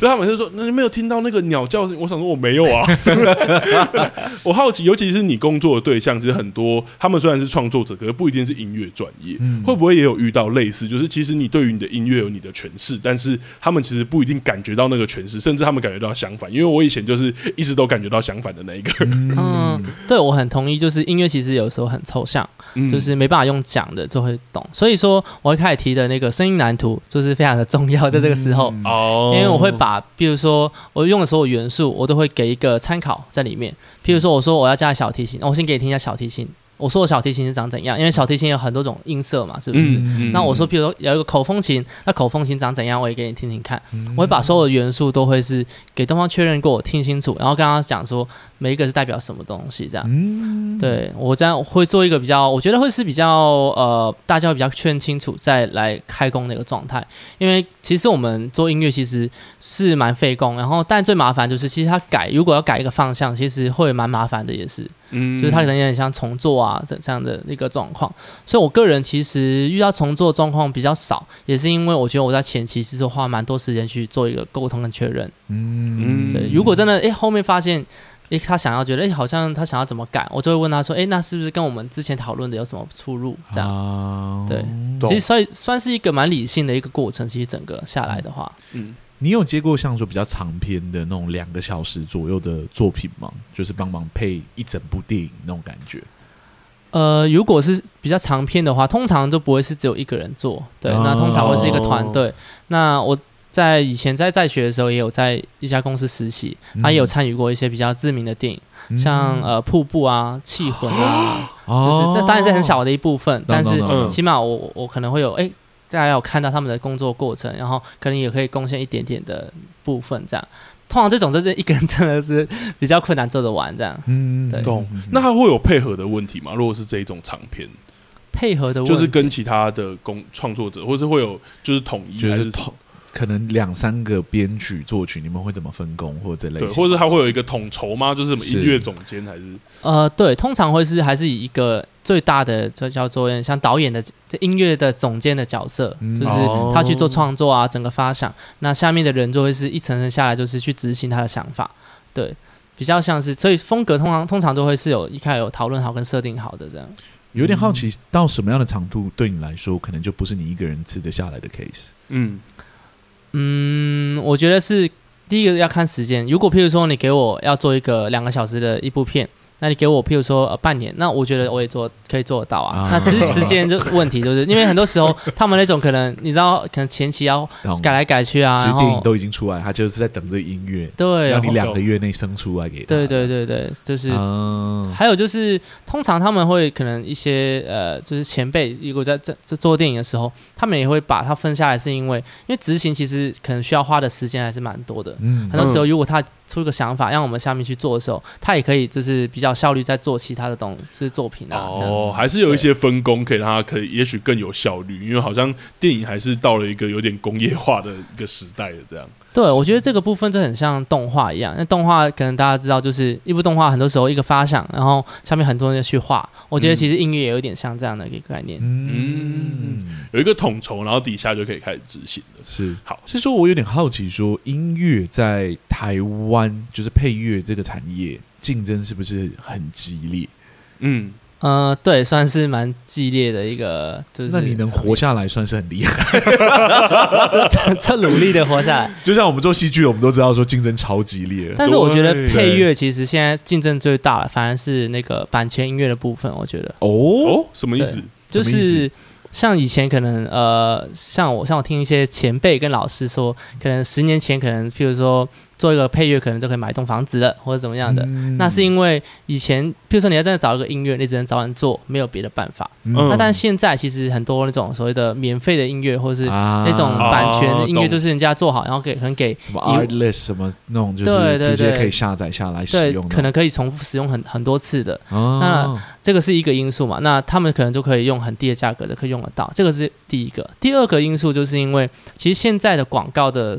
所以他每次说你没有听到那个鸟叫声，我想说我没有啊。我好奇，尤其是你工作的对象，其实很多他们虽然是创作者，可是不一定是音乐专业，会不会也有遇到类似，就是其实你对于你的音乐有你的诠释，但是他们其实不一定感觉到那个诠释，甚至他们感觉到相反。因为我以前就是一直都感觉到相反的那一个。 对，我很同意，就是音乐其实有时候很抽象，就是没办法用讲的就会懂。所以说，我一开始提的那个声音蓝图就是非常的重要，在这个时候，因为我会把，比如说我用的所有元素，我都会给一个参考在里面。譬如说，我说我要加小提琴，我先给你听一下小提琴。我说的小提琴是长怎样？因为小提琴有很多种音色嘛，是不是？那我说，譬如说有一个口风琴，那口风琴长怎样？我也给你听听看。我会把所有的元素都会是给对方确认过，我听清楚，然后跟他讲说每一个是代表什么东西，这样。对，我这样会做一个比较，我觉得会是比较大家会比较确认清楚，再来开工的一个状态。因为其实我们做音乐其实是蛮费工，然后但最麻烦就是其实他如果要改一个方向，其实会蛮麻烦的，也是。就是它可能有点像重做啊这样的一个状况，所以我个人其实遇到重做的状况比较少，也是因为我觉得我在前期其实花蛮多时间去做一个沟通跟确认。对，如果真的后面发现他想要觉得好像他想要怎么改，我就会问他说那是不是跟我们之前讨论的有什么出入？这样对，其实所以算是一个蛮理性的一个过程。其实整个下来的话， 你有接过像说比较长篇的那种2个小时左右的作品吗？就是帮忙配一整部电影那种感觉。 如果是比较长篇的话，通常都不会是只有一个人做，对，那通常会是一个团队。那我在以前在学的时候，也有在一家公司实习，他也有参与过一些比较知名的电影，像瀑布啊、气魂啊，就是这当然是很小的一部分，但是起码我可能会有大家有看到他们的工作过程，然后可能也可以贡献一点点的部分，这样。通常这种就是一个人真的是比较困难做得完，这样。对。 懂。那他会有配合的问题吗？如果是这一种长篇， 配合的问题就是跟其他的创作者，或是会有就是统一， 就是可能2-3个编曲作曲，你们会怎么分工或者这类型？ 对，或者他会有一个统筹吗？就是什么音乐总监还是？ 对，通常会是还是以一个最大的，这叫做像导演的音乐的总监的角色，就是他去做创作啊，整个发想。那下面的人就会是一层层下来，就是去执行他的想法。对，比较像是，所以风格通常都会是一开始有讨论好跟设定好的这样。 有点好奇，到什么样的长度对你来说，可能就不是你一个人吃得下来的 case？ 我觉得是第一个要看时间。如果譬如说你给我要做一个2个小时的一部片，那你给我譬如说半年，那我觉得我也可以做得到啊。那只是时间就问题，就是因为很多时候他们那种可能你知道，可能前期要改来改去啊， 其实电影都已经出来，他就是在等这个音乐， 对， 要你2个月内生出来给他。 对，就是还有就是通常他们会可能一些就是前辈如果在这做电影的时候，他们也会把它分下来，是因为执行其实可能需要花的时间还是蛮多的。很多时候如果他出一个想法让我们下面去做的时候，他也可以就是比较效率在做其他的就是作品啊。 还是有一些分工可以让他可以也许更有效率，因为好像电影还是到了一个有点工业化的一个时代的这样。 对，我觉得这个部分就很像动画一样。那动画可能大家知道，就是一部动画很多时候一个发想，然后下面很多人去画。我觉得其实音乐也有点像这样的一个概念。 有一个统筹，然后底下就可以开始执行了。 是， 好， 是说我有点好奇，说音乐在台湾就是配乐这个产业竞争是不是很激烈？ 对，算是蛮激烈的一个，就是那你能活下来算是很厉害， 这努力的活下来。 就像我们做戏剧，我们都知道说竞争超激烈， 但是我觉得配乐其实现在竞争最大了，反而是那个版权音乐的部分。我觉得什么意思？ 就是像以前可能像我听一些前辈跟老师说，可能10年前可能譬如说做一个配乐可能就可以买一栋房子了，或者怎么样的。那是因为以前譬如说你要真的找一个音乐，你只能找人做，没有别的办法。那但是现在其实很多那种所谓的免费的音乐，或是那种版权的音乐，就是人家做好，然后可能给什么 Artlist 什么那种，就是直接可以下载下来使用的， 可能可以重复使用很多次的。那这个是一个因素嘛？那他们可能就可以用很低的价格的可以用得到，这个是第一个。第二个因素就是因为其实现在的广告的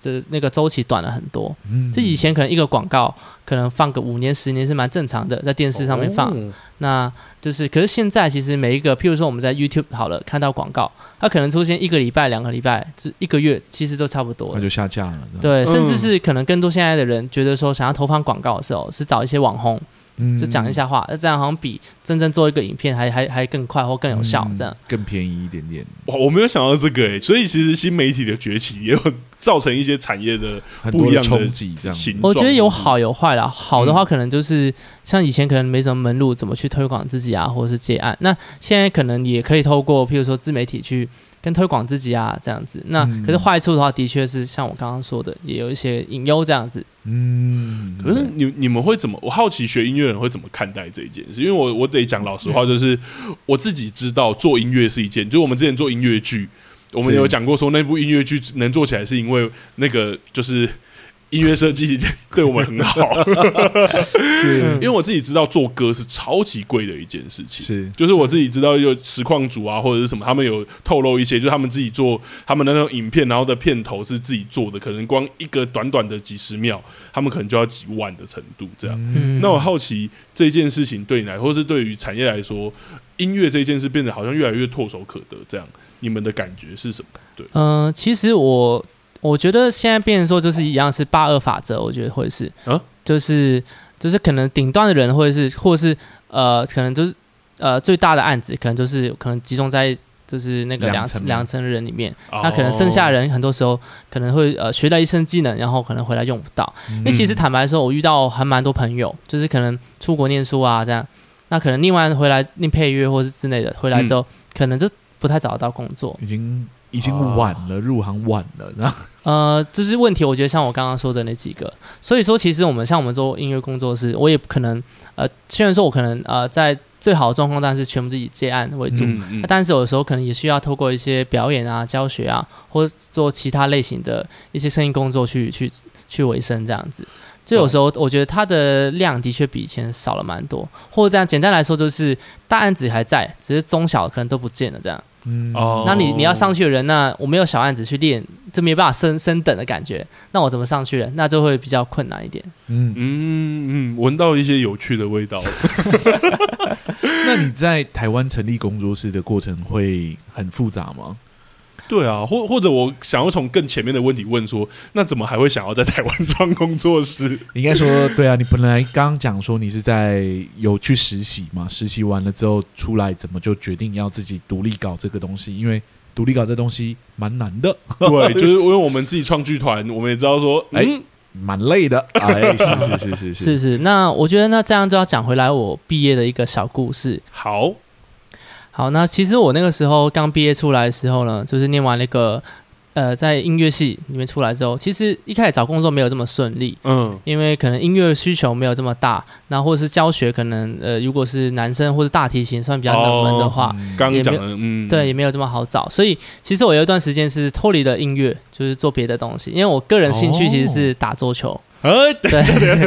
那个周期短了很多。就以前可能一个广告可能放个5年10年是蛮正常的，在电视上面放。那就是可是现在其实每一个，譬如说我们在 YouTube 好了看到广告，它可能出现1个礼拜2个礼拜，就1个月，其实都差不多了， 那就下架了。 对，甚至是可能更多现在的人觉得说想要投放广告的时候，是找一些网红。就讲一下话，这样好像比真正做一个影片还更快或更有效，这样更便宜一点点。 哇，我没有想到这个所以其实新媒体的崛起也有造成一些产业的不一样的冲击，这样。 我觉得有好有坏啦。好的话可能就是像以前可能没什么门路，怎么去推广自己啊，或者是接案。那现在可能也可以透过譬如说自媒体去跟推广自己啊，这样子。那可是坏处的话，的确是像我刚刚说的，也有一些隐忧这样子。 可是你们会怎么？我好奇学音乐人会怎么看待这一件事？因为我得讲老实话，就是我自己知道做音乐是一件，就是我们之前做音乐剧，我们有讲过说那部音乐剧能做起来是因为那个就是音乐设计对我们很好，是因为我自己知道做歌是超级贵的一件事情， 是就是我自己知道有实况组啊或者是什么，他们有透露一些，就是他们自己做他们的那种影片，然后的片头是自己做的，可能光一个短短的几十秒，他们可能就要几万的程度这样。那我好奇这件事情对你来，或是对于产业来说，音乐这件事变得好像越来越唾手可得，这样你们的感觉是什么？对， 其实我觉得现在变成说就是一样是82法则，我觉得会是，就是可能顶端的人或者是可能就是最大的案子可能就是可能集中在就是那个两层的人里面，那可能剩下的人很多时候可能会学到一身技能，然后可能回来用不到。因为其实坦白说，我遇到还蛮多朋友，就是可能出国念书啊这样，那可能另外回来念配乐或是之类的，回来之后可能就不太找得到工作， 已经晚了，入行晚了， 这是问题。我觉得像我刚刚说的那几个，所以说其实我们做音乐工作室，我也不可能虽然说我可能在最好的状况，但是全部自己接案为主，但是有的时候可能也需要透过一些表演啊、教学啊，或做其他类型的一些声音工作去维生这样子。就有时候我觉得它的量的确比以前少了蛮多，或者这样简单来说就是大案子还在，只是中小可能都不见了这样。那你要上去的人，那我没有小案子去练，就没办法升等的感觉，那我怎么上去了？那就会比较困难一点。 闻到一些有趣的味道。 那你在台湾成立工作室的过程会很复杂吗？ 对啊，或者我想要从更前面的问题问说，那怎么还会想要在台湾创工作室？ 应该说，对啊，你本来刚刚讲说你是有去实习嘛，实习完了之后出来，怎么就决定要自己独立搞这个东西？因为独立搞这东西蛮难的。 对，就是因为我们自己创剧团，我们也知道说， 蛮累的。 是。那我觉得这样就要讲回来我毕业的一个小故事。好，那其实我那个时候刚毕业出来的时候呢，就是念完那个在音乐系里面出来之后，其实一开始找工作没有这么顺利，因为可能音乐需求没有这么大，那或者是教学可能如果是男生或是大提琴算比较冷门的话， 刚刚讲的对，也没有这么好找，所以其实我有一段时间是脱离了音乐，就是做别的东西，因为我个人兴趣其实是打桌球。 对，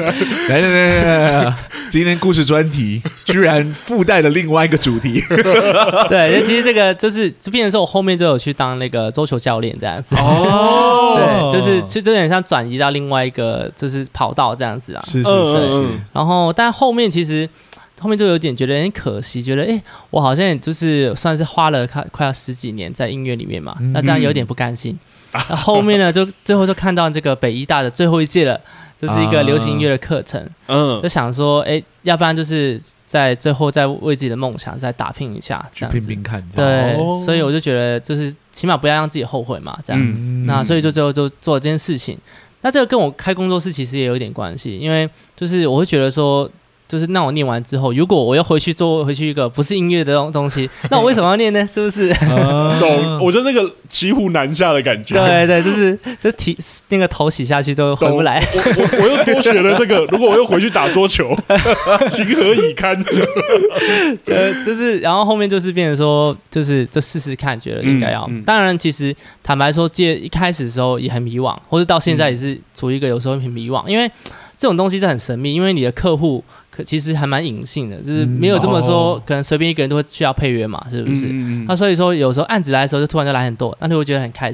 今天故事专题居然附带了另外一个主题。 对，其实这个就变成说我后面就有去当那个桌球教练这样子。对，就有点像转移到另外一个就是跑道这样子啊。 是。 然后，但后面其实后面就有点觉得很可惜，觉得我好像也就是算是花了快要10几年在音乐里面嘛，那这样有点不甘心。那后面呢，就最后就看到这个北医大的最后一届了，就是一个流行音乐的课程，就想说，要不然就是在最后再为自己的梦想再打拼一下， 去拼拼看。 对，所以我就觉得就是起码不要让自己后悔嘛，这样。那所以就最后就做了这件事情。那这个跟我开工作室其实也有一点关系，因为就是我会觉得说。就是那我念完之后，如果我要回去一个不是音乐的东西，那我为什么要念呢？是不是？ 懂？我觉得那个骑虎难下的感觉。 对，就是那个头洗下去都回不来。 我又多学了这个，如果我又回去打桌球，情何以堪？ 就是然后后面就是变成说，就试试看，觉得应该要。当然，其实坦白说，一开始的时候也很迷惘，或者到现在也是处于一个有时候很迷惘，因为这种东西是很神秘，因为你的客户。其实还蛮隐性的，就是没有这么说，可能随便一个人都会需要配乐嘛，是不是？那所以说有时候案子来的时候，就突然就来很多，那你会觉得很开心。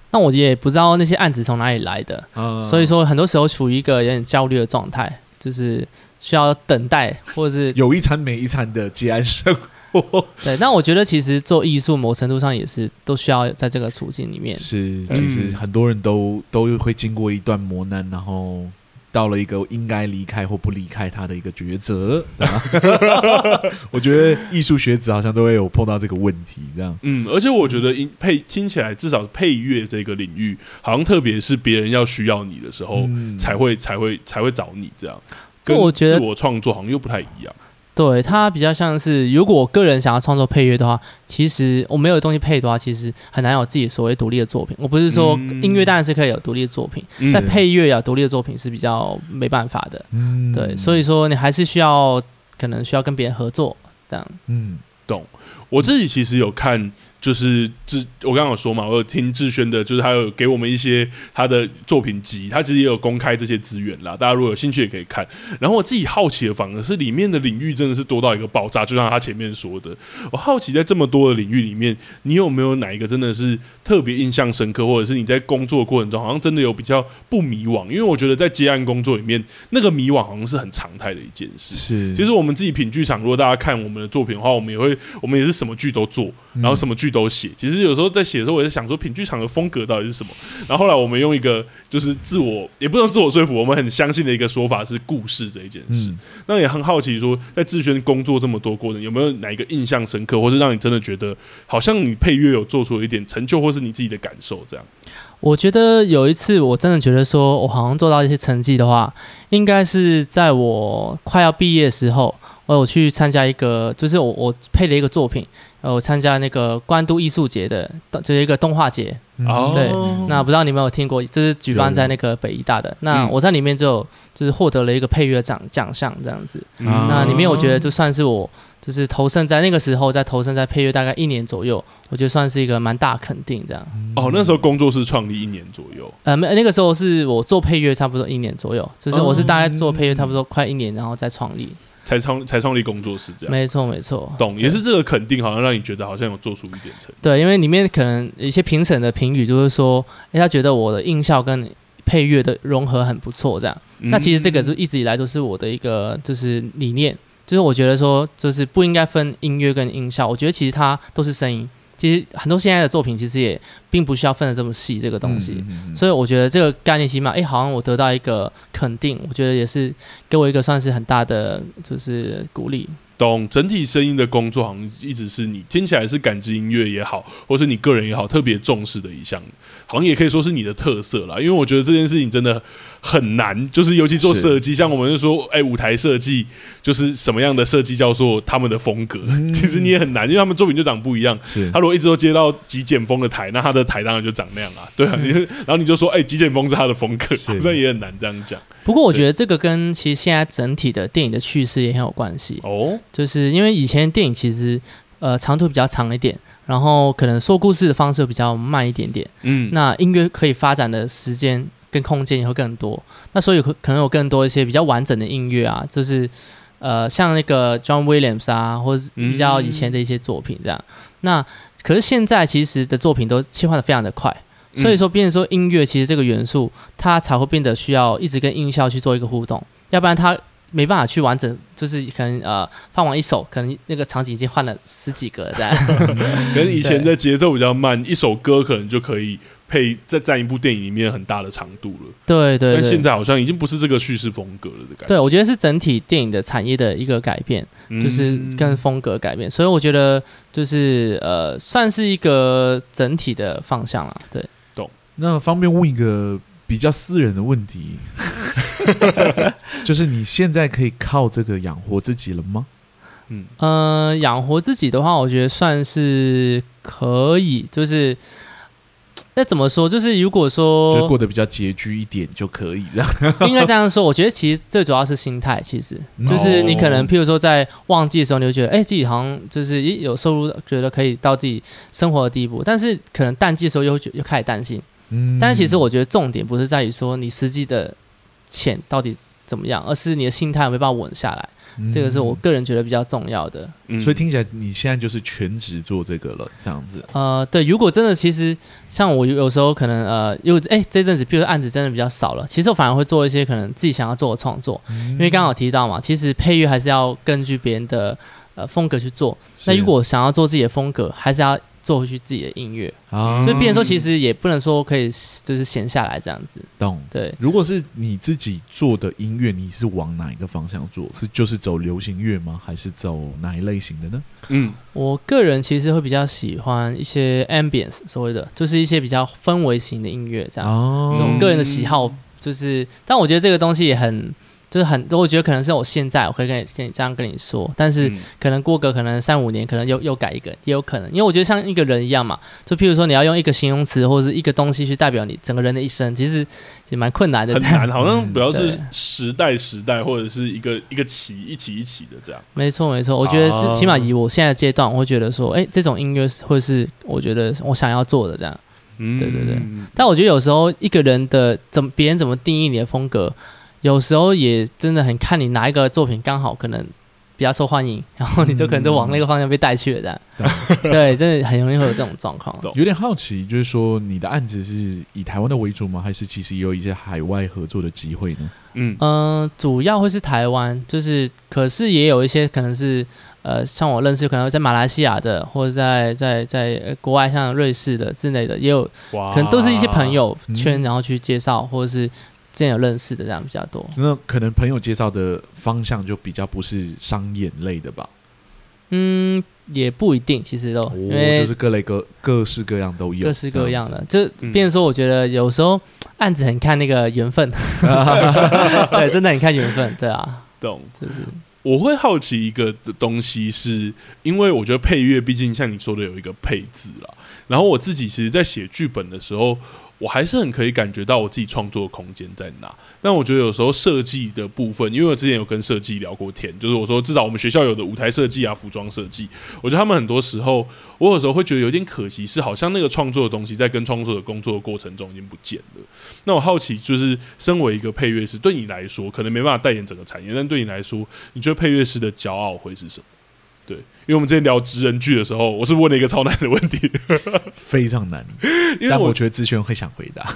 那我也不知道那些案子从哪里来的，所以说很多时候处于一个有点焦虑的状态，就是需要等待，或者是有一餐没一餐的接案生活。 对，那我觉得其实做艺术某程度上也是都需要在这个处境里面。 是，其实很多人都会经过一段磨难，然后到了一个应该离开或不离开他的一个抉择。我觉得艺术学子好像都会有碰到这个问题，这样。 而且我觉得听起来至少配乐这个领域，好像特别是别人要需要你的时候，才会找你这样。跟我觉得自我创作好像又不太一样。 对，它比较像是，如果我个人想要创作配乐的话，其实我没有东西配的话，其实很难有自己所谓独立的作品。我不是说音乐当然是可以有独立的作品，但配乐啊独立的作品是比较没办法的。对，所以说你还是可能需要跟别人合作这样。 懂。我自己其实有看。就是我刚刚有说嘛，我有听志轩的，就是他有给我们一些他的作品集，他其实也有公开这些资源啦，大家如果有兴趣也可以看。然后我自己好奇的反而是里面的领域真的是多到一个爆炸，就像他前面说的，我好奇在这么多的领域里面，你有没有哪一个真的是特别印象深刻，或者是你在工作的过程中好像真的有比较不迷惘？因为我觉得在接案工作里面，那个迷惘好像是很常态的一件事。 是， 其实我们自己品剧场，如果大家看我们的作品的话，我们也是什么剧都做，然后什么剧都写。其实有时候在写的时候，我也在想说品剧场的风格到底是什么。然后后来我们用一个就是也不能自我说服，我们很相信的一个说法是故事这一件事。那也很好奇说，在志轩工作这么多过程，有没有哪一个印象深刻，或是让你真的觉得好像你配乐有做出了一点成就，或是你自己的感受这样？ 我觉得有一次我真的觉得说我好像做到一些成绩的话，应该是在我快要毕业的时候，我有去参加一个，就是我配了一个作品，我参加那个关渡艺术节的，就是一个动画节。对，那不知道你们有听过，这是举办在那个北医大的。那我在里面就是获得了一个配乐奖项这样子。那里面我觉得就算是我就是投身在那个时候，投身在配乐大概1年左右，我觉得算是一个蛮大的肯定这样。 那时候工作室创立1年左右。 那个时候是我做配乐差不多1年左右，就是我是大概做配乐差不多快1年，然后再创立。才创立工作室这样。 没错， 懂，也是这个肯定好像让你觉得好像有做出一点成绩。 对，因为里面可能一些评审的评语就是说，他觉得我的音效跟配乐的融合很不错这样。那其实这个就一直以来都是我的一个就是理念，就是我觉得说就是不应该分音乐跟音效，我觉得其实它都是声音。其实很多现在的作品其实也并不需要分得这么细这个东西，所以我觉得这个概念起码好像我得到一个肯定，我觉得也是给我一个算是很大的就是鼓励。 懂，整体声音的工作好像一直是你听起来是感知音乐也好，或是你个人也好特别重视的一项，好像也可以说是你的特色啦。因为我觉得这件事情真的很难，就是尤其做设计，像我们就说，舞台设计就是什么样的设计叫做他们的风格，其实你也很难，因为他们作品就长不一样。他如果一直都接到极简风的台，那他的台当然就长那样啊，对啊。然后你就说，极简风是他的风格，好像也很难这样讲。 不过我觉得这个跟其实现在整体的电影的趋势也很有关系哦。就是因为以前电影其实长度比较长一点，然后可能说故事的方式比较慢一点点，那音乐可以发展的时间跟空间也会更多，那所以可能有更多一些比较完整的音乐啊，就是像那个 John Williams 啊，或者比较以前的一些作品这样。那可是现在其实的作品都切换的非常的快，所以说变成说音乐其实这个元素它才会变得需要一直跟音效去做一个互动，要不然它没办法去完整，就是可能放完一首，可能那个场景已经换了10几个这样。 跟以前的节奏比较慢，一首歌可能就可以在占一部电影里面很大的长度了。 对， 但现在好像已经不是这个叙事风格了的感觉。 对，我觉得是整体电影的产业的一个改变，就是跟风格改变，所以我觉得就是算是一个整体的方向啦。对， 懂。 那方便问一个比较私人的问题，就是你现在可以靠这个养活自己了吗？ 养活自己的话，我觉得算是可以，就是那怎么说？就是如果说就过得比较拮据一点就可以了， 应该这样说。我觉得其实最主要是心态，其实就是你可能譬如说在旺季的时候，你会觉得自己好像就是有收入，觉得可以到自己生活的地步，但是可能淡季的时候又开始担心。但是其实我觉得重点不是在于说你实际的钱到底怎么样，而是你的心态有没有办法稳下来。这个是我个人觉得比较重要的。 所以听起来你现在就是全职做这个了，这样子。 对，如果真的其实像我有时候可能这阵子比如说案子真的比较少了，其实我反而会做一些可能自己想要做的创作，因为刚刚有提到嘛，其实配乐还是要根据别人的风格去做。那如果想要做自己的风格，还是要做回去自己的音乐，所以变成说其实也不能说可以就是闲下来这样子。 懂。 对， 如果是你自己做的音乐，你是往哪一个方向做？就是走流行乐吗？还是走哪一类型的呢？ 我个人其实会比较喜欢一些 ambience， 所谓的就是一些比较氛围型的音乐这样。这种个人的喜好就是，但我觉得这个东西也很。我觉得可能是我现在我可以跟你这样跟你说，但是可能过个可能3-5年，可能又改一个，也有可能，因为我觉得像一个人一样嘛，就譬如说你要用一个形容词或者是一个东西去代表你整个人的一生，其实也蛮困难的， 很难，好像主要是时代或者是一个起一起的这样。 没错，我觉得是起码以我现在的阶段，我会觉得说，这种音乐会是我觉得我想要做的这样。对。但我觉得有时候一个人的别人怎么定义你的风格。有时候也真的很看你哪一个作品刚好可能比较受欢迎，然后你就可能就往那个方向被带去了这样。对，真的很容易会有这种状况。 有点好奇，就是说你的案子是以台湾的为主吗？还是其实也有一些海外合作的机会呢？ 主要会是台湾，就是可是也有一些可能是像我认识可能在马来西亚的，或者在国外像瑞士的之类的，也有可能都是一些朋友圈，然后去介绍，或者是之前有认识的这样比较多。 那可能朋友介绍的方向就比较不是商演类的吧？ 也不一定，其实都因为就是各式各样都有， 各式各样的。就变成说，我觉得有时候案子很看那个缘分，对，真的很看缘分，对啊， 懂， 就是。 我会好奇一个东西是，因为我觉得配乐毕竟像你说的有一个配字啦，然后我自己其实在写剧本的时候，我还是很可以感觉到我自己创作的空间在哪。但我觉得有时候设计的部分，因为我之前有跟设计聊过天，就是我说至少我们学校有的舞台设计啊、服装设计，我觉得他们很多时候，我有时候会觉得有点可惜，是好像那个创作的东西在跟创作的工作的过程中已经不见了。那我好奇，就是身为一个配乐师，对你来说可能没办法代言整个产业，但对你来说，你觉得配乐师的骄傲会是什么？对，因为我们之前聊职人剧的时候，我是问了一个超难的问题， 非常难，但我觉得志轩会想回答，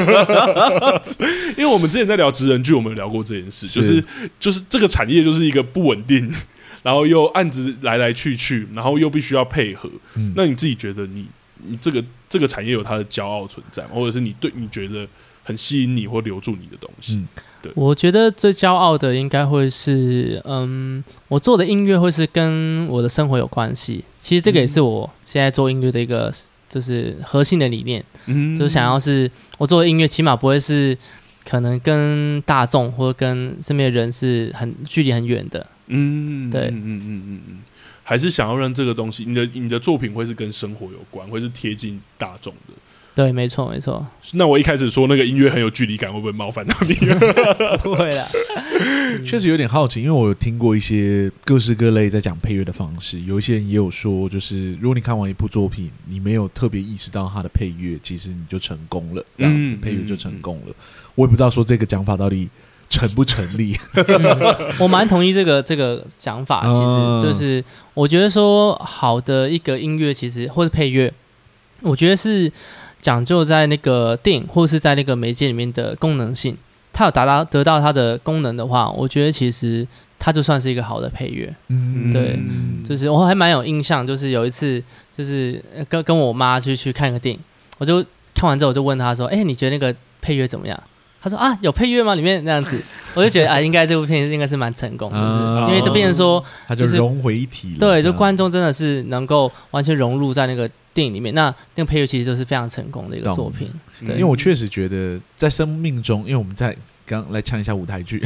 因为我们之前在聊职人剧，我们有聊过这件事，就是这个产业就是一个不稳定，然后又案子来来去去，然后又必须要配合。那你自己觉得你这个产业有它的骄傲存在吗？或者是你觉得很吸引你或留住你的东西？ 我觉得最骄傲的应该会是，我做的音乐会是跟我的生活有关系。其实这个也是我现在做音乐的一个就是核心的理念，就是想要是我做的音乐起码不会是可能跟大众或者跟身边的人是距离很远的。对， 还是想要让这个东西，你的作品会是跟生活有关，会是贴近大众的。 对，没错。 那我一开始说那个音乐很有距离感，会不会冒犯到你？ 不会啦。 确实有点好奇，因为我有听过一些各式各类在讲配乐的方式，有一些人也有说，就是如果你看完一部作品，你没有特别意识到它的配乐，其实你就成功了，这样子配乐就成功了。我也不知道说这个讲法到底成不成立。 我蛮同意这个讲法，其实就是我觉得说好的一个音乐，其实或是配乐，我觉得是讲究在那个电影或是在那个媒介里面的功能性，它有得到它的功能的话，我觉得其实它就算是一个好的配乐。对，就是我还蛮有印象，就是有一次就是跟我妈去看个电影，我就看完之后我就问她说：“你觉得那个配乐怎么样？”她说：“啊，有配乐吗？里面那样子。”我就觉得应该这部片应该是蛮成功的，就是因为这变成说它就融为一体了。 对，就观众真的是能够完全融入在那个电影里面，那个配乐其实就是非常成功的一个作品。对， 因为我确实觉得在生命中，因为我们在刚来呛一下舞台剧，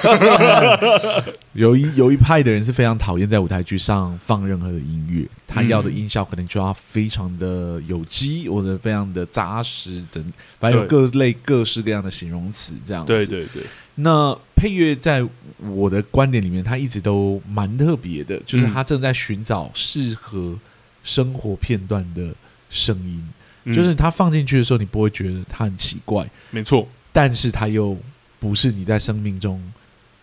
有一派的人是非常讨厌在舞台剧上放任何的音乐，他要的音效可能就要非常的有机或者非常的扎实，反正有各式各样的形容词这样子。 对。 那配乐在我的观点里面，它一直都蛮特别的，就是它正在寻找适合生活片段的声音，就是它放进去的时候，你不会觉得它很奇怪， 没错， 但是它又不是你在生命中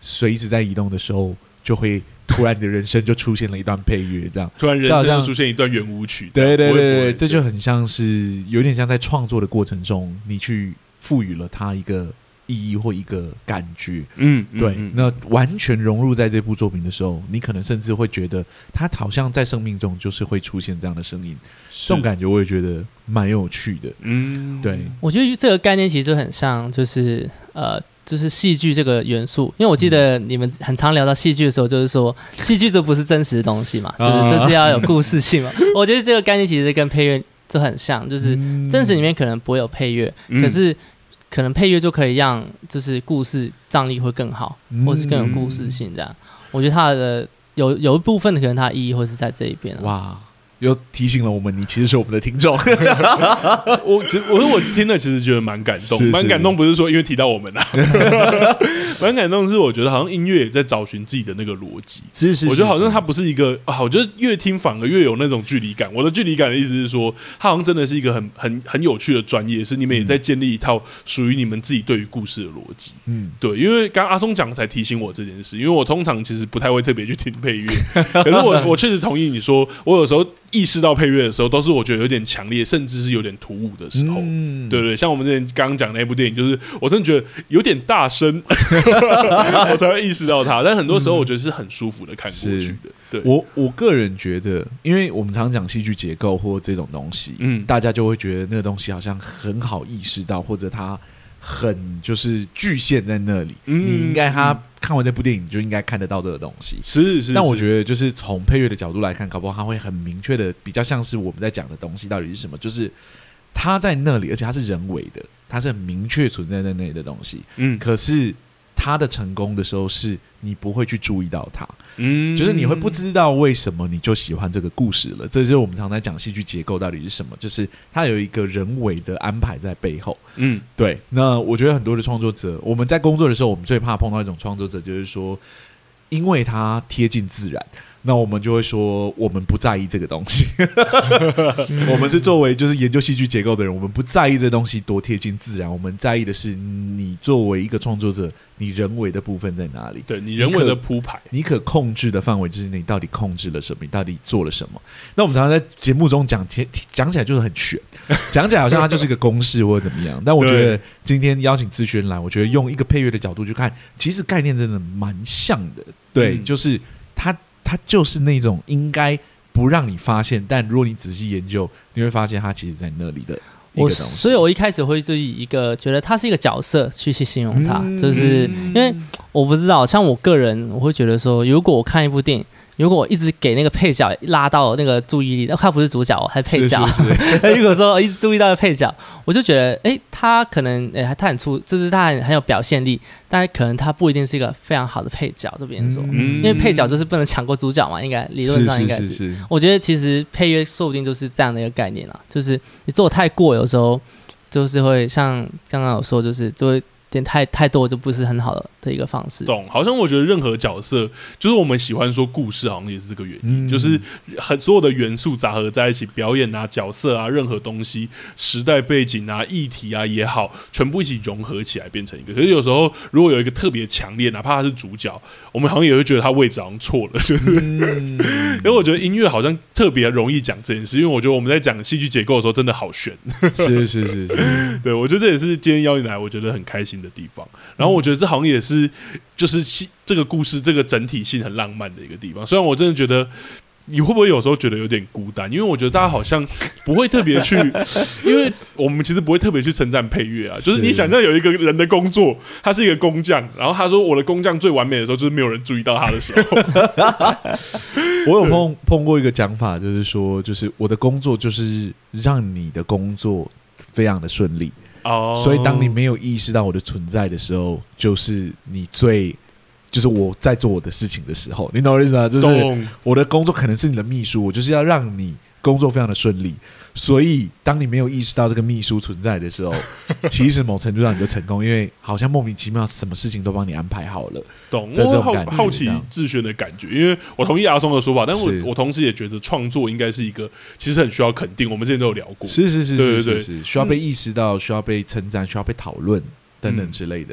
随时在移动的时候，就会突然你的人生就出现了一段配乐，这样突然人生就出现一段圆舞曲。 对对对对，这就很像是有点像在创作的过程中，你去赋予了它一个意义或一个感觉。对，那完全融入在这部作品的时候，你可能甚至会觉得它好像在生命中就是会出现这样的声音，这种感觉我也觉得蛮有趣的。对， 我觉得这个概念其实就很像，就是戏剧这个元素，因为我记得你们很常聊到戏剧的时候，就是说戏剧这不是真实的东西嘛，是不是？这是要有故事性嘛？我觉得这个概念其实跟配乐就很像，就是真实里面可能不会有配乐，可是可能配乐就可以让就是故事张力会更好，或是更有故事性这样。我觉得它的有一部分的可能它的意义会是在这一边。 哇！又提醒了我们，你其实是我们的听众。 我听了其实觉得蛮感动，蛮感动，不是说因为提到我们啊，蛮感动是我觉得好像音乐也在找寻自己的那个逻辑。 是， 我觉得好像它不是一个我觉得越听反而越有那种距离感。我的距离感的意思是说，它好像真的是一个很有趣的专业，是你们也在建立一套属于你们自己对于故事的逻辑。对，因为刚刚阿松讲才提醒我这件事，因为我通常其实不太会特别去听配乐，可是我确实同意你说，我有时候意识到配乐的时候，都是我觉得有点强烈，甚至是有点突兀的时候。对对，像我们之前刚刚讲的那部电影，就是我真的觉得有点大声，我才会意识到它。但很多时候，我觉得是很舒服的看过去的。对， 我个人觉得，因为我们常讲戏剧结构或这种东西，大家就会觉得那个东西好像很好意识到，或者它很就是局限在那里。你应该看完这部电影，你就应该看得到这个东西。 是。 但我觉得，就是从配乐的角度来看，搞不好它会很明确的，比较像是我们在讲的东西到底是什么，就是它在那里，而且它是人为的，它是很明确存在在那里的东西。可是它的成功的时候，是你不会去注意到它。就是你会不知道为什么你就喜欢这个故事了。这就是我们常在讲戏剧结构到底是什么，就是它有一个人为的安排在背后。对。那我觉得很多的创作者，我们在工作的时候，我们最怕碰到一种创作者，就是说，因为它贴近自然，那我们就会说我们不在意这个东西。我们是作为就是研究戏剧结构的人，我们不在意这东西多贴近自然，我们在意的是你作为一个创作者，你人为的部分在哪里？ 对，你人为的铺排， 你可控制的范围就是你到底控制了什么，你到底做了什么。那我们常常在节目中讲起来就是很玄，讲起来好像它就是一个公式或者怎么样。但我觉得今天邀请志轩来，我觉得用一个配乐的角度去看，其实概念真的蛮像的。对，就是它就是那种应该不让你发现，但如果你仔细研究，你会发现它其实在那里的一个东西。 所以我一开始会就以一个觉得它是一个角色去形容它，就是因为我不知道，像我个人我会觉得说，如果我看一部电影，如果我一直给那个配角拉到那个注意力，他不是主角还是配角，如果说一直注意到的配角，我就觉得他可能他很就是他很有表现力，但可能他不一定是一个非常好的配角。这边说，因为配角就是不能抢过主角嘛，应该理论上应该是。我觉得其实配乐说不定就是这样的一个概念啦，就是你做太过，有时候就是会像刚刚有说，就是就会点太多就不是很好的一个方式。 懂，好像我觉得任何角色，就是我们喜欢说故事，好像也是这个原因，就是所有的元素杂合在一起，表演啊、角色啊、任何东西、时代背景啊、议题啊也好，全部一起融合起来变成一个。可是有时候如果有一个特别强烈，哪怕他是主角，我们好像也会觉得他位置好像错了，就是。因为我觉得音乐好像特别容易讲这件事，因为我觉得我们在讲戏剧结构的时候真的好悬。 是， 对，我觉得这也是今天邀你来，我觉得很开心的地方。然后我觉得这好像也是就是这个故事这个整体性很浪漫的一个地方。虽然我真的觉得你会不会有时候觉得有点孤单，因为我觉得大家好像不会特别去因为我们其实不会特别去称赞配乐啊，就是你想象有一个人的工作，他是一个工匠，然后他说我的工匠最完美的时候就是没有人注意到他的时候。 我有碰过一个讲法，就是说就是我的工作就是让你的工作非常的顺利。所以当你没有意识到我的存在的时候，就是就是我在做我的事情的时候，你懂我意思吗？就是我的工作可能是你的秘书，我就是要让你工作非常的顺利。所以当你没有意识到这个秘书存在的时候，其实某程度上你就成功，因为好像莫名其妙什么事情都帮你安排好了。 懂，我好奇志轩的感觉，因为我同意阿松的说法，但我同时也觉得创作应该是一个其实很需要肯定，我们之前都有聊过， 是，对，需要被意识到，需要被称赞，需要被讨论等等之类的。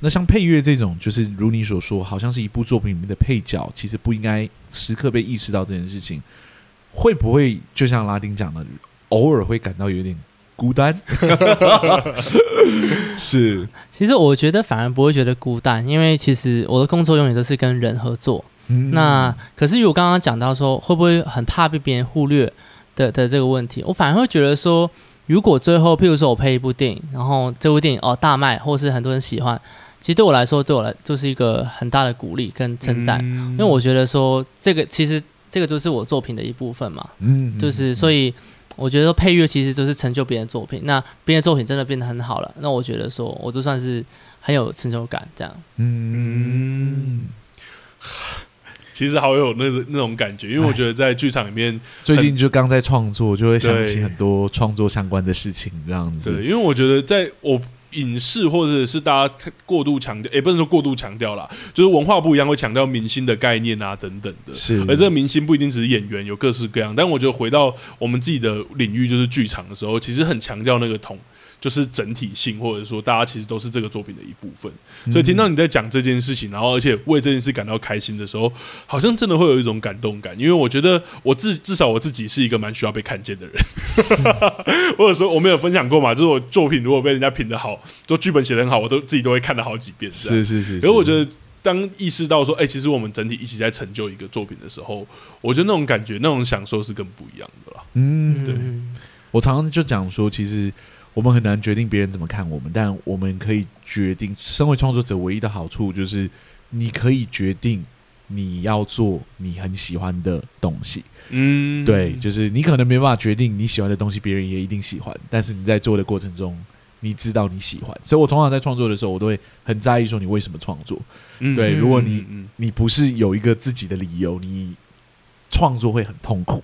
那像配乐这种，就是如你所说，好像是一部作品里面的配角，其实不应该时刻被意识到这件事情，会不会就像拉丁讲的，偶尔会感到有点孤单？是， 其实我觉得反而不会觉得孤单，因为其实我的工作永远都是跟人合作。那可是如果刚刚讲到说会不会很怕被别人忽略的这个问题，我反而会觉得说，如果最后譬如说我配一部电影，然后这部电影大卖，或是很多人喜欢，其实对我来就是一个很大的鼓励跟称赞，因为我觉得说其实这个就是我作品的一部分嘛，就是所以我觉得说配乐其实就是成就别人的作品，那别人的作品真的变得很好了，那我觉得说我就算是很有成就感这样。 其实好有那种感觉，因为我觉得在剧场里面， 最近就刚在创作，就会想起很多创作相关的事情，这样子。 对，因为我觉得在影视或者是大家过度强调，不能说过度强调啦，就是文化不一样，会强调明星的概念啊等等的。 是， 而这个明星不一定只是演员，有各式各样。但我觉得回到我们自己的领域，就是剧场的时候，其实很强调那个就是整体性，或者说大家其实都是这个作品的一部分。所以听到你在讲这件事情，然后而且为这件事感到开心的时候，好像真的会有一种感动感。因为我觉得至少我自己是一个蛮需要被看见的人。或者说我没有分享过嘛，就是我作品如果被人家评得好，就剧本写得很好，我自己都会看了好几遍。 是。 可是我觉得当意识到说，其实我们整体一起在成就一个作品的时候，我觉得那种感觉、那种享受是更不一样的啦。对。 我常常就讲说，其实我们很难决定别人怎么看我们，但我们可以决定，身为创作者唯一的好处就是你可以决定你要做你很喜欢的东西。对，就是你可能没办法决定你喜欢的东西别人也一定喜欢，但是你在做的过程中你知道你喜欢，所以我通常在创作的时候我都会很在意说你为什么创作。对，如果你不是有一个自己的理由，你创作会很痛苦。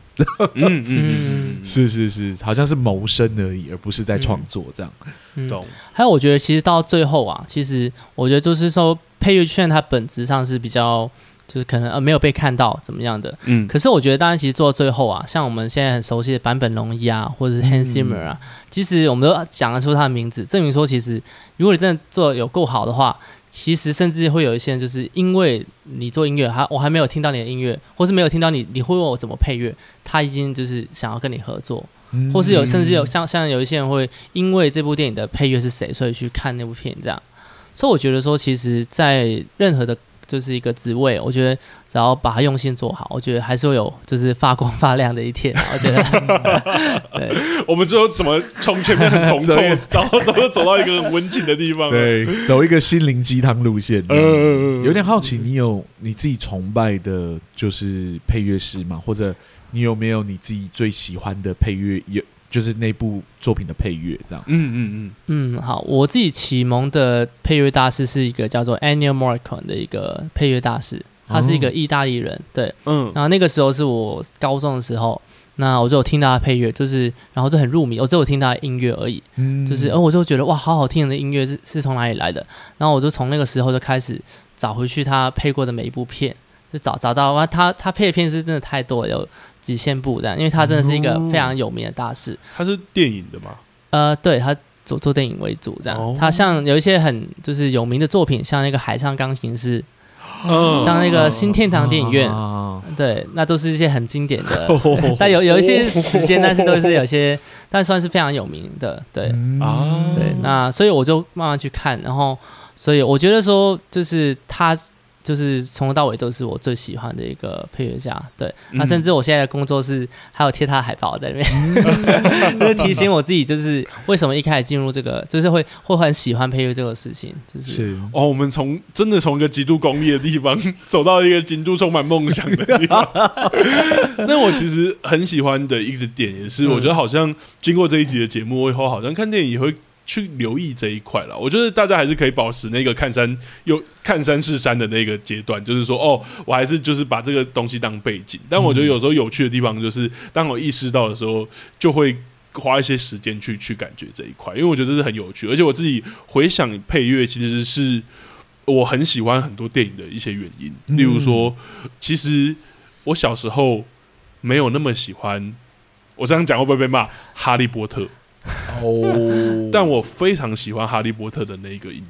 是，好像是谋生而已，而不是在创作这样。 懂。 还有我觉得其实到最后啊，其实我觉得就是说配乐虽然它本质上是比较就是可能没有被看到怎么样的，可是我觉得当然其实做到最后啊，像我们现在很熟悉的坂本龙一啊，或者是 Hans Zimmer 啊，其实我们都讲得出他的名字，证明说其实如果你真的做得有够好的话，其实甚至会有一些人就是因为你做音乐，我还没有听到你的音乐，或是没有听到你会问我怎么配乐，他已经就是想要跟你合作，或是甚至有像有一些人会因为这部电影的配乐是谁，所以去看那部片这样。所以我觉得说，其实，在任何的就是一个职位，我觉得只要把它用心做好，我觉得还是会有就是发光发亮的一天。我觉得，对， 我们最后怎么从前面很铜臭，然后都走到一个很温情的地方， 对，走一个心灵鸡汤路线。有点好奇，你有你自己崇拜的，就是配乐师吗？或者你有没有你自己最喜欢的配乐？就是那部作品的配乐，这样。 好，我自己启蒙的配乐大师是一个叫做 Ennio Morricone 的一个配乐大师，他是一个意大利人，对，然后那个时候是我高中的时候，那我就有听他的配乐，就是然后就很入迷，我只有听他的音乐而已，就是我就觉得哇，好好听的音乐是从哪里来的，然后我就从那个时候就开始找回去他配过的每一部片。就找到他配的片是真的太多了，有几千部这样，因为他真的是一个非常有名的大师。 他是电影的吗？ 对，他做电影为主这样。他像有一些很就是有名的作品，像那个《海上钢琴师》，像那个新天堂电影院，对，那都是一些很经典的，但有一些时间，但是都是有些，但算是非常有名的，对对。那所以我就慢慢去看，然后所以我觉得说，就是他。就是从头到尾都是我最喜欢的一个配乐家，对，那甚至我现在的工作室还有贴他的海报在那边，就是提醒我自己，就是为什么一开始进入这个，就是会很喜欢配乐这个事情，就是我们真的从一个极度功利的地方走到一个极度充满梦想的地方。那我其实很喜欢的一个点也是，我觉得好像经过这一集的节目以后，好像看电影也会。去留意这一块啦，我觉得大家还是可以保持那个看山是山的那个阶段，就是说我还是就是把这个东西当背景。但我觉得有时候有趣的地方就是，当我意识到的时候，就会花一些时间去感觉这一块，因为我觉得这是很有趣。而且我自己回想配乐，其实是我很喜欢很多电影的一些原因。例如说，其实我小时候没有那么喜欢，我这样讲会不会被骂？哈利波特。但我非常喜欢哈利波特的那个音乐，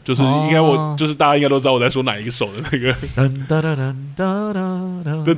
就是应该就是大家应该都知道我在说哪一个首的那个，对，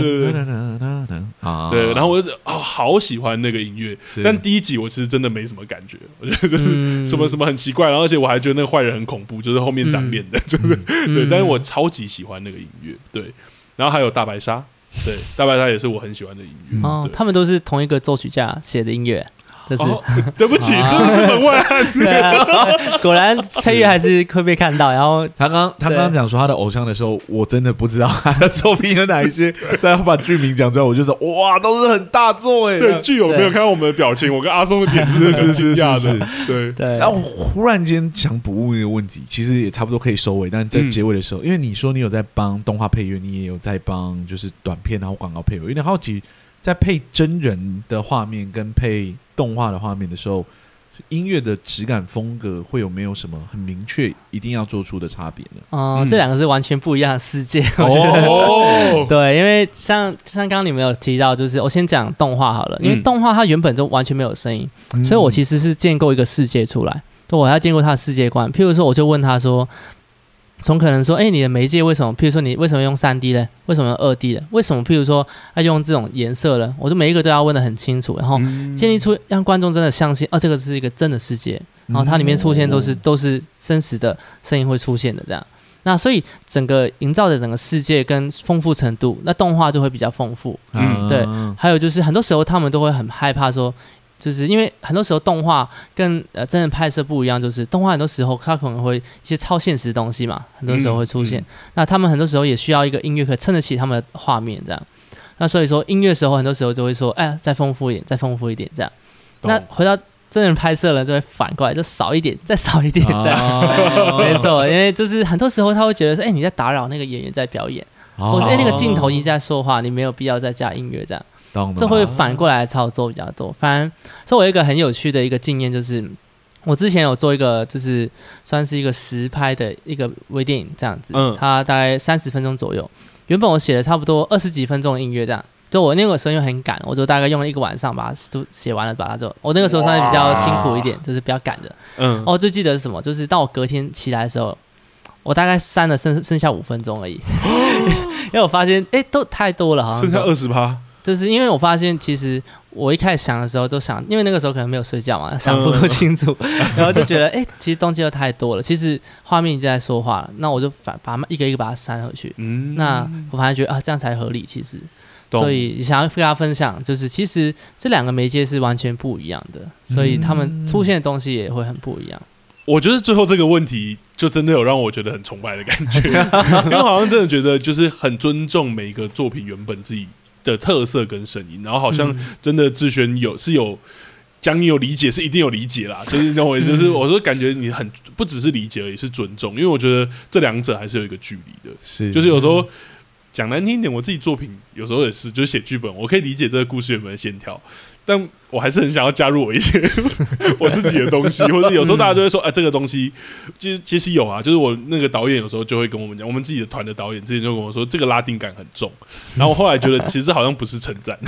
对，然后我就好喜欢那个音乐，但第一集我其实真的没什么感觉，我觉得就是什么什么很奇怪，然后而且我还觉得那个坏人很恐怖，就是后面长脸的，就是对，但是我超级喜欢那个音乐，对，然后还有大白鲨，对，大白鲨也是我很喜欢的音乐， 他们都是同一个作曲家写的音乐。就是对不起，真的是门外汉。 对啊，果然配乐还是会被看到。然后他刚刚讲说他的偶像的时候，我真的不知道他的作品有哪一些，但他把剧名讲出来，我就说哇，都是很大作哎。 对，剧友没有看到我们的表情，我跟阿松的点是惊讶的。对对。 然后我忽然间想补问一个问题，其实也差不多可以收尾，但在结尾的时候，因为你说你有在帮动画配乐，你也有在帮就是短片然后广告配乐，有点好奇，在配真人的画面跟配动画的画面的时候，音乐的质感风格会有没有什么很明确一定要做出的差别呢？ 这两个是完全不一样的世界，我觉得。对，因为像刚刚你们有提到，就是我先讲动画好了，因为动画它原本就完全没有声音，所以我其实是建构一个世界出来，我要建构它的世界观。譬如说，我就问他说。从可能说，你的媒介为什么？譬如说，你为什么用3D 呢？为什么用2D 呢？为什么？譬如说，要用这种颜色呢？我就每一个都要问得很清楚，然后建立出让观众真的相信，这个是一个真的世界，然后它里面出现都是真实的声音会出现的这样。那所以整个营造的整个世界跟丰富程度，那动画就会比较丰富。对。还有就是很多时候他们都会很害怕说。就是因为很多时候动画跟真人拍摄不一样，就是动画很多时候它可能会一些超现实的东西嘛，很多时候会出现。那他们很多时候也需要一个音乐可以撑得起他们的画面这样。那所以说音乐的时候，很多时候就会说，再丰富一点，再丰富一点这样。那回到真人拍摄了，就会反过来，就少一点，再少一点这样。没错，因为就是很多时候他会觉得说，你在打扰那个演员在表演，或者那个镜头一直在说话，你没有必要再加音乐这样。这会反过来操作比较多。反正，所以我有一个很有趣的一个经验，就是我之前有做一个，就是算是一个实拍的一个微电影这样子，它大概30分钟左右。原本我写了差不多20几分钟的音乐这样，就我那个时候因为很赶，我就大概用了1个晚上把它写完了，把它做。我那个时候算是比较辛苦一点，就是比较赶的。我最记得是什么？就是当我隔天起来的时候，我大概删了剩下5分钟而已，因为我发现都太多了，好像剩下20%。 就是因为我发现，其实我一开始想的时候都想，因为那个时候可能没有睡觉嘛，想不够清楚，然后就觉得，其实东西又太多了，其实画面已经在说话了，那我就把一个一个把它删回去。那我反而觉得这样才合理，其实。所以想要跟大家分享，就是其实这两个媒介是完全不一样的，所以他们出现的东西也会很不一样。 我觉得最后这个问题就真的有让我觉得很崇拜的感觉，因为好像真的觉得就是很尊重每一个作品原本自己的特色跟声音，然后好像真的志轩有讲你有理解是一定有理解啦，就是那种就是我说感觉你很不只是理解而已，是尊重，因为我觉得这两者还是有一个距离的， 是就是有时候讲难听一点，我自己作品有时候也是，就是写剧本，我可以理解这个故事原本的线条，但我还是很想要加入我一些我自己的东西，或者有时候大家就会说，这个东西其实有啊，就是我那个导演有时候就会跟我们讲，我们自己的团的导演之前就跟我说，这个拉丁感很重，然后我后来觉得其实好像不是称赞，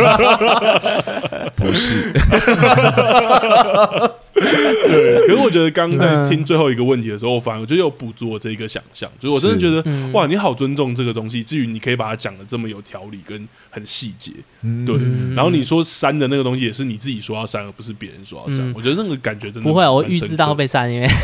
不是。 对，可是我觉得刚在听最后一个问题的时候，我反而就有捕捉我这一个想象，就是我真的觉得哇，你好尊重这个东西，至于你可以把它讲的这么有条理跟很细节，对。然后你说删的那个东西也是你自己说要删，而不是别人说要删。我觉得那个感觉真的不会，我预知到会被删，因为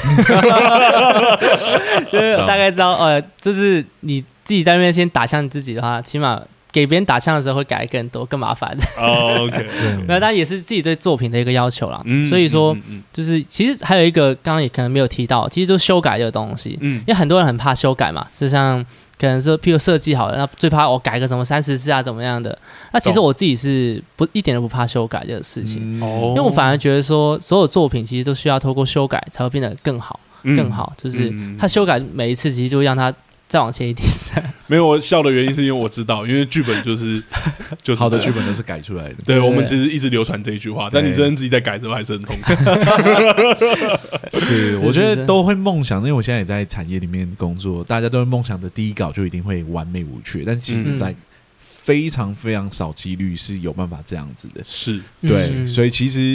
就是大概知道，就是你自己在那边先打向你自己的话，起码。给别人打枪的时候会改更多更麻烦的。 OK， 那当然也是自己对作品的一个要求啦。所以说，就是其实还有一个刚刚也可能没有提到，其实就是修改这个东西。因为很多人很怕修改嘛，就像可能说，譬如设计好了，那最怕我改个什么30字啊怎么样的。那其实我自己是一点都不怕修改这个事情，因为我反而觉得说，所有作品其实都需要透过修改才会变得更好，更好。就是他修改每一次，其实就会让他。再往前一点， 没有我笑的原因是因为我知道，因为剧本就是好的剧本都是改出来的。 对，我们其实一直流传这一句话，但你真的自己在改的时候还是很痛苦。 是，我觉得都会梦想，因为我现在也在产业里面工作，大家都会梦想的第一稿就一定会完美无缺，但其实在非常非常少几率是有办法这样子的。 是对，所以其实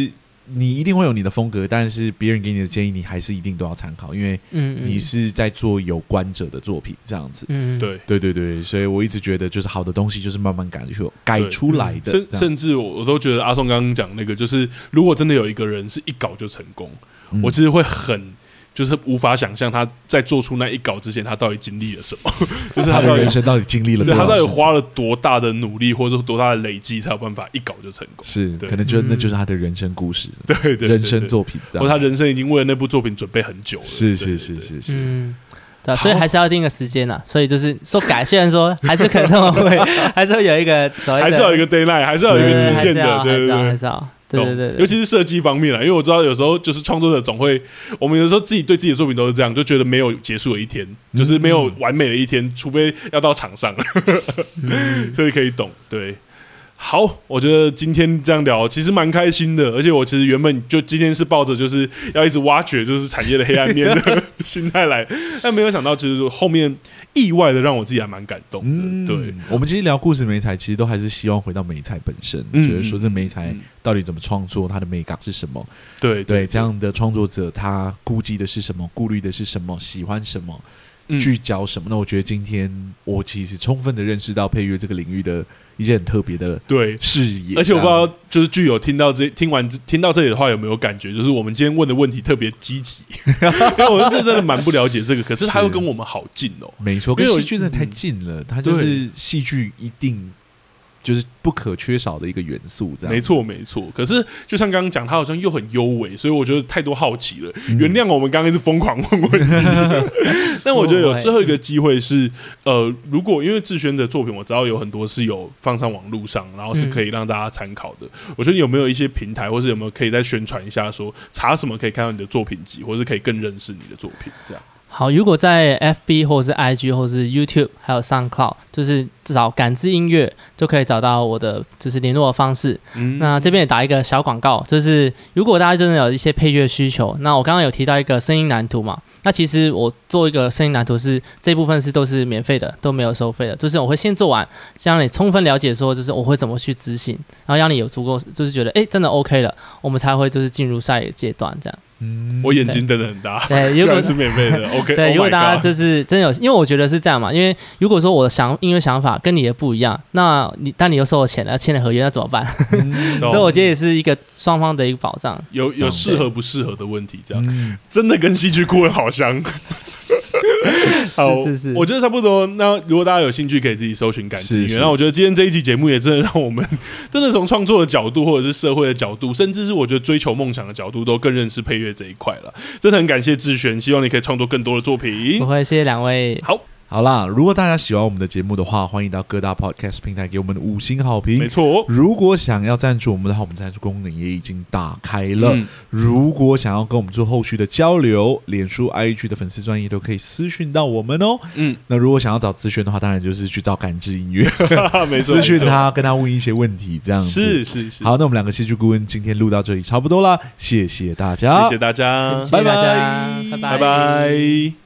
你一定会有你的风格，但是别人给你的建议你还是一定都要参考，因为你是在做有关者的作品这样子。对，所以我一直觉得就是好的东西就是慢慢改出来的。 甚至我都觉得阿宋刚刚讲那个，就是如果真的有一个人是一稿就成功，我其实会就是无法想象他在做出那一稿之前，他到底经历了什么，就是他的人生到底经历了多少， 对，他到底花了多大的努力，或者说多大的累积，才有办法一稿就成功。 是，可能那就是他的人生故事， 对， 人生作品， 或他人生已经为了那部作品准备很久了。 是， 对，所以还是要定个时间呐。所以就是说虽然说还是可能他们会，还是会有一个还是要有一个 deadline， 还是要有一个极限的，对， 还是要。对， 尤其是设计方面啦，因为我知道有时候就是创作者总会，我们有时候自己对自己的作品都是这样，就觉得没有结束的一天，就是没有完美的一天，除非要到场上，所以可以懂。对，好，我觉得今天这样聊其实蛮开心的，而且我其实原本就今天是抱着就是要一直挖掘就是产业的黑暗面的心态来，但没有想到其实后面意外的让我自己还蛮感动的。对， 我们其实聊故事媒材，其实都还是希望回到媒材本身，觉得说这媒材到底怎么创作，它的美感是什么？对，这样的创作者他顾忌的是什么，顾虑的是什么，喜欢什么，聚焦什么？那我觉得今天我其实充分的认识到配乐这个领域的一些很特别的视野， 而且我不知道就是具有听到这里的话有没有感觉，就是我们今天问的问题特别积极，因为我真的蛮不了解这个，可是他又跟我们好近哦， 没错，跟戏剧真的太近了，它就是戏剧一定就是不可缺少的一个元素，这样没错。可是就像刚刚讲，他好像又很优美，所以我觉得太多好奇了。原谅我们刚刚是疯狂问问题，但我觉得有最后一个机会是，如果因为志轩的作品，我知道有很多是有放上网络上，然后是可以让大家参考的。我觉得有没有一些平台，或是有没有可以再宣传一下，说查什么可以看到你的作品集，或是可以更认识你的作品，这样。 好，如果在 FB 或是 IG 或是 YouTube 还有 SoundCloud， 就是找感知音乐就可以找到我的就是联络的方式。那这边也打一个小广告，就是如果大家真的有一些配乐需求，那我刚刚有提到一个声音蓝图嘛，那其实我做一个声音蓝图是这部分都是免费的，都没有收费的，就是我会先做完，让你充分了解说就是我会怎么去执行，然后让你有足够就是觉得真的 OK 了，我们才会就是进入下一个阶段这样。 我眼睛瞪得很大， 对，如果是免费的 ，OK， 对，如果大家就是真的有，因为我觉得是这样嘛，因为如果说我的音乐想法跟你的不一样，那但你又收我钱了，签了合约，那怎么办？所以我觉得也是一个双方的一个保障， 有适合不适合的问题，这样真的跟戏剧顾问好像。好，是，我觉得差不多。那如果大家有兴趣，可以自己搜寻感知音乐。那我觉得今天这一期节目也真的让我们真的从创作的角度，或者是社会的角度，甚至是我觉得追求梦想的角度，都更认识配乐这一块了。真的很感谢志轩，希望你可以创作更多的作品。 不会，谢谢两位。 好啦，如果大家喜欢我们的节目的话，欢迎到各大 podcast 平台给我们的5星好评。 没错，如果想要赞助我们的话，我们赞助功能也已经打开了。如果想要跟我们做后续的交流，脸书 IG 的粉丝专页都可以私讯到我们哦。那如果想要找资讯的话，当然就是去找感知音乐，没错，私讯他，跟他问一些问题，这样子。是。好，那我们2个戏剧顾问今天录到这里差不多啦，谢谢大家， 谢谢大家， 拜拜， 拜拜。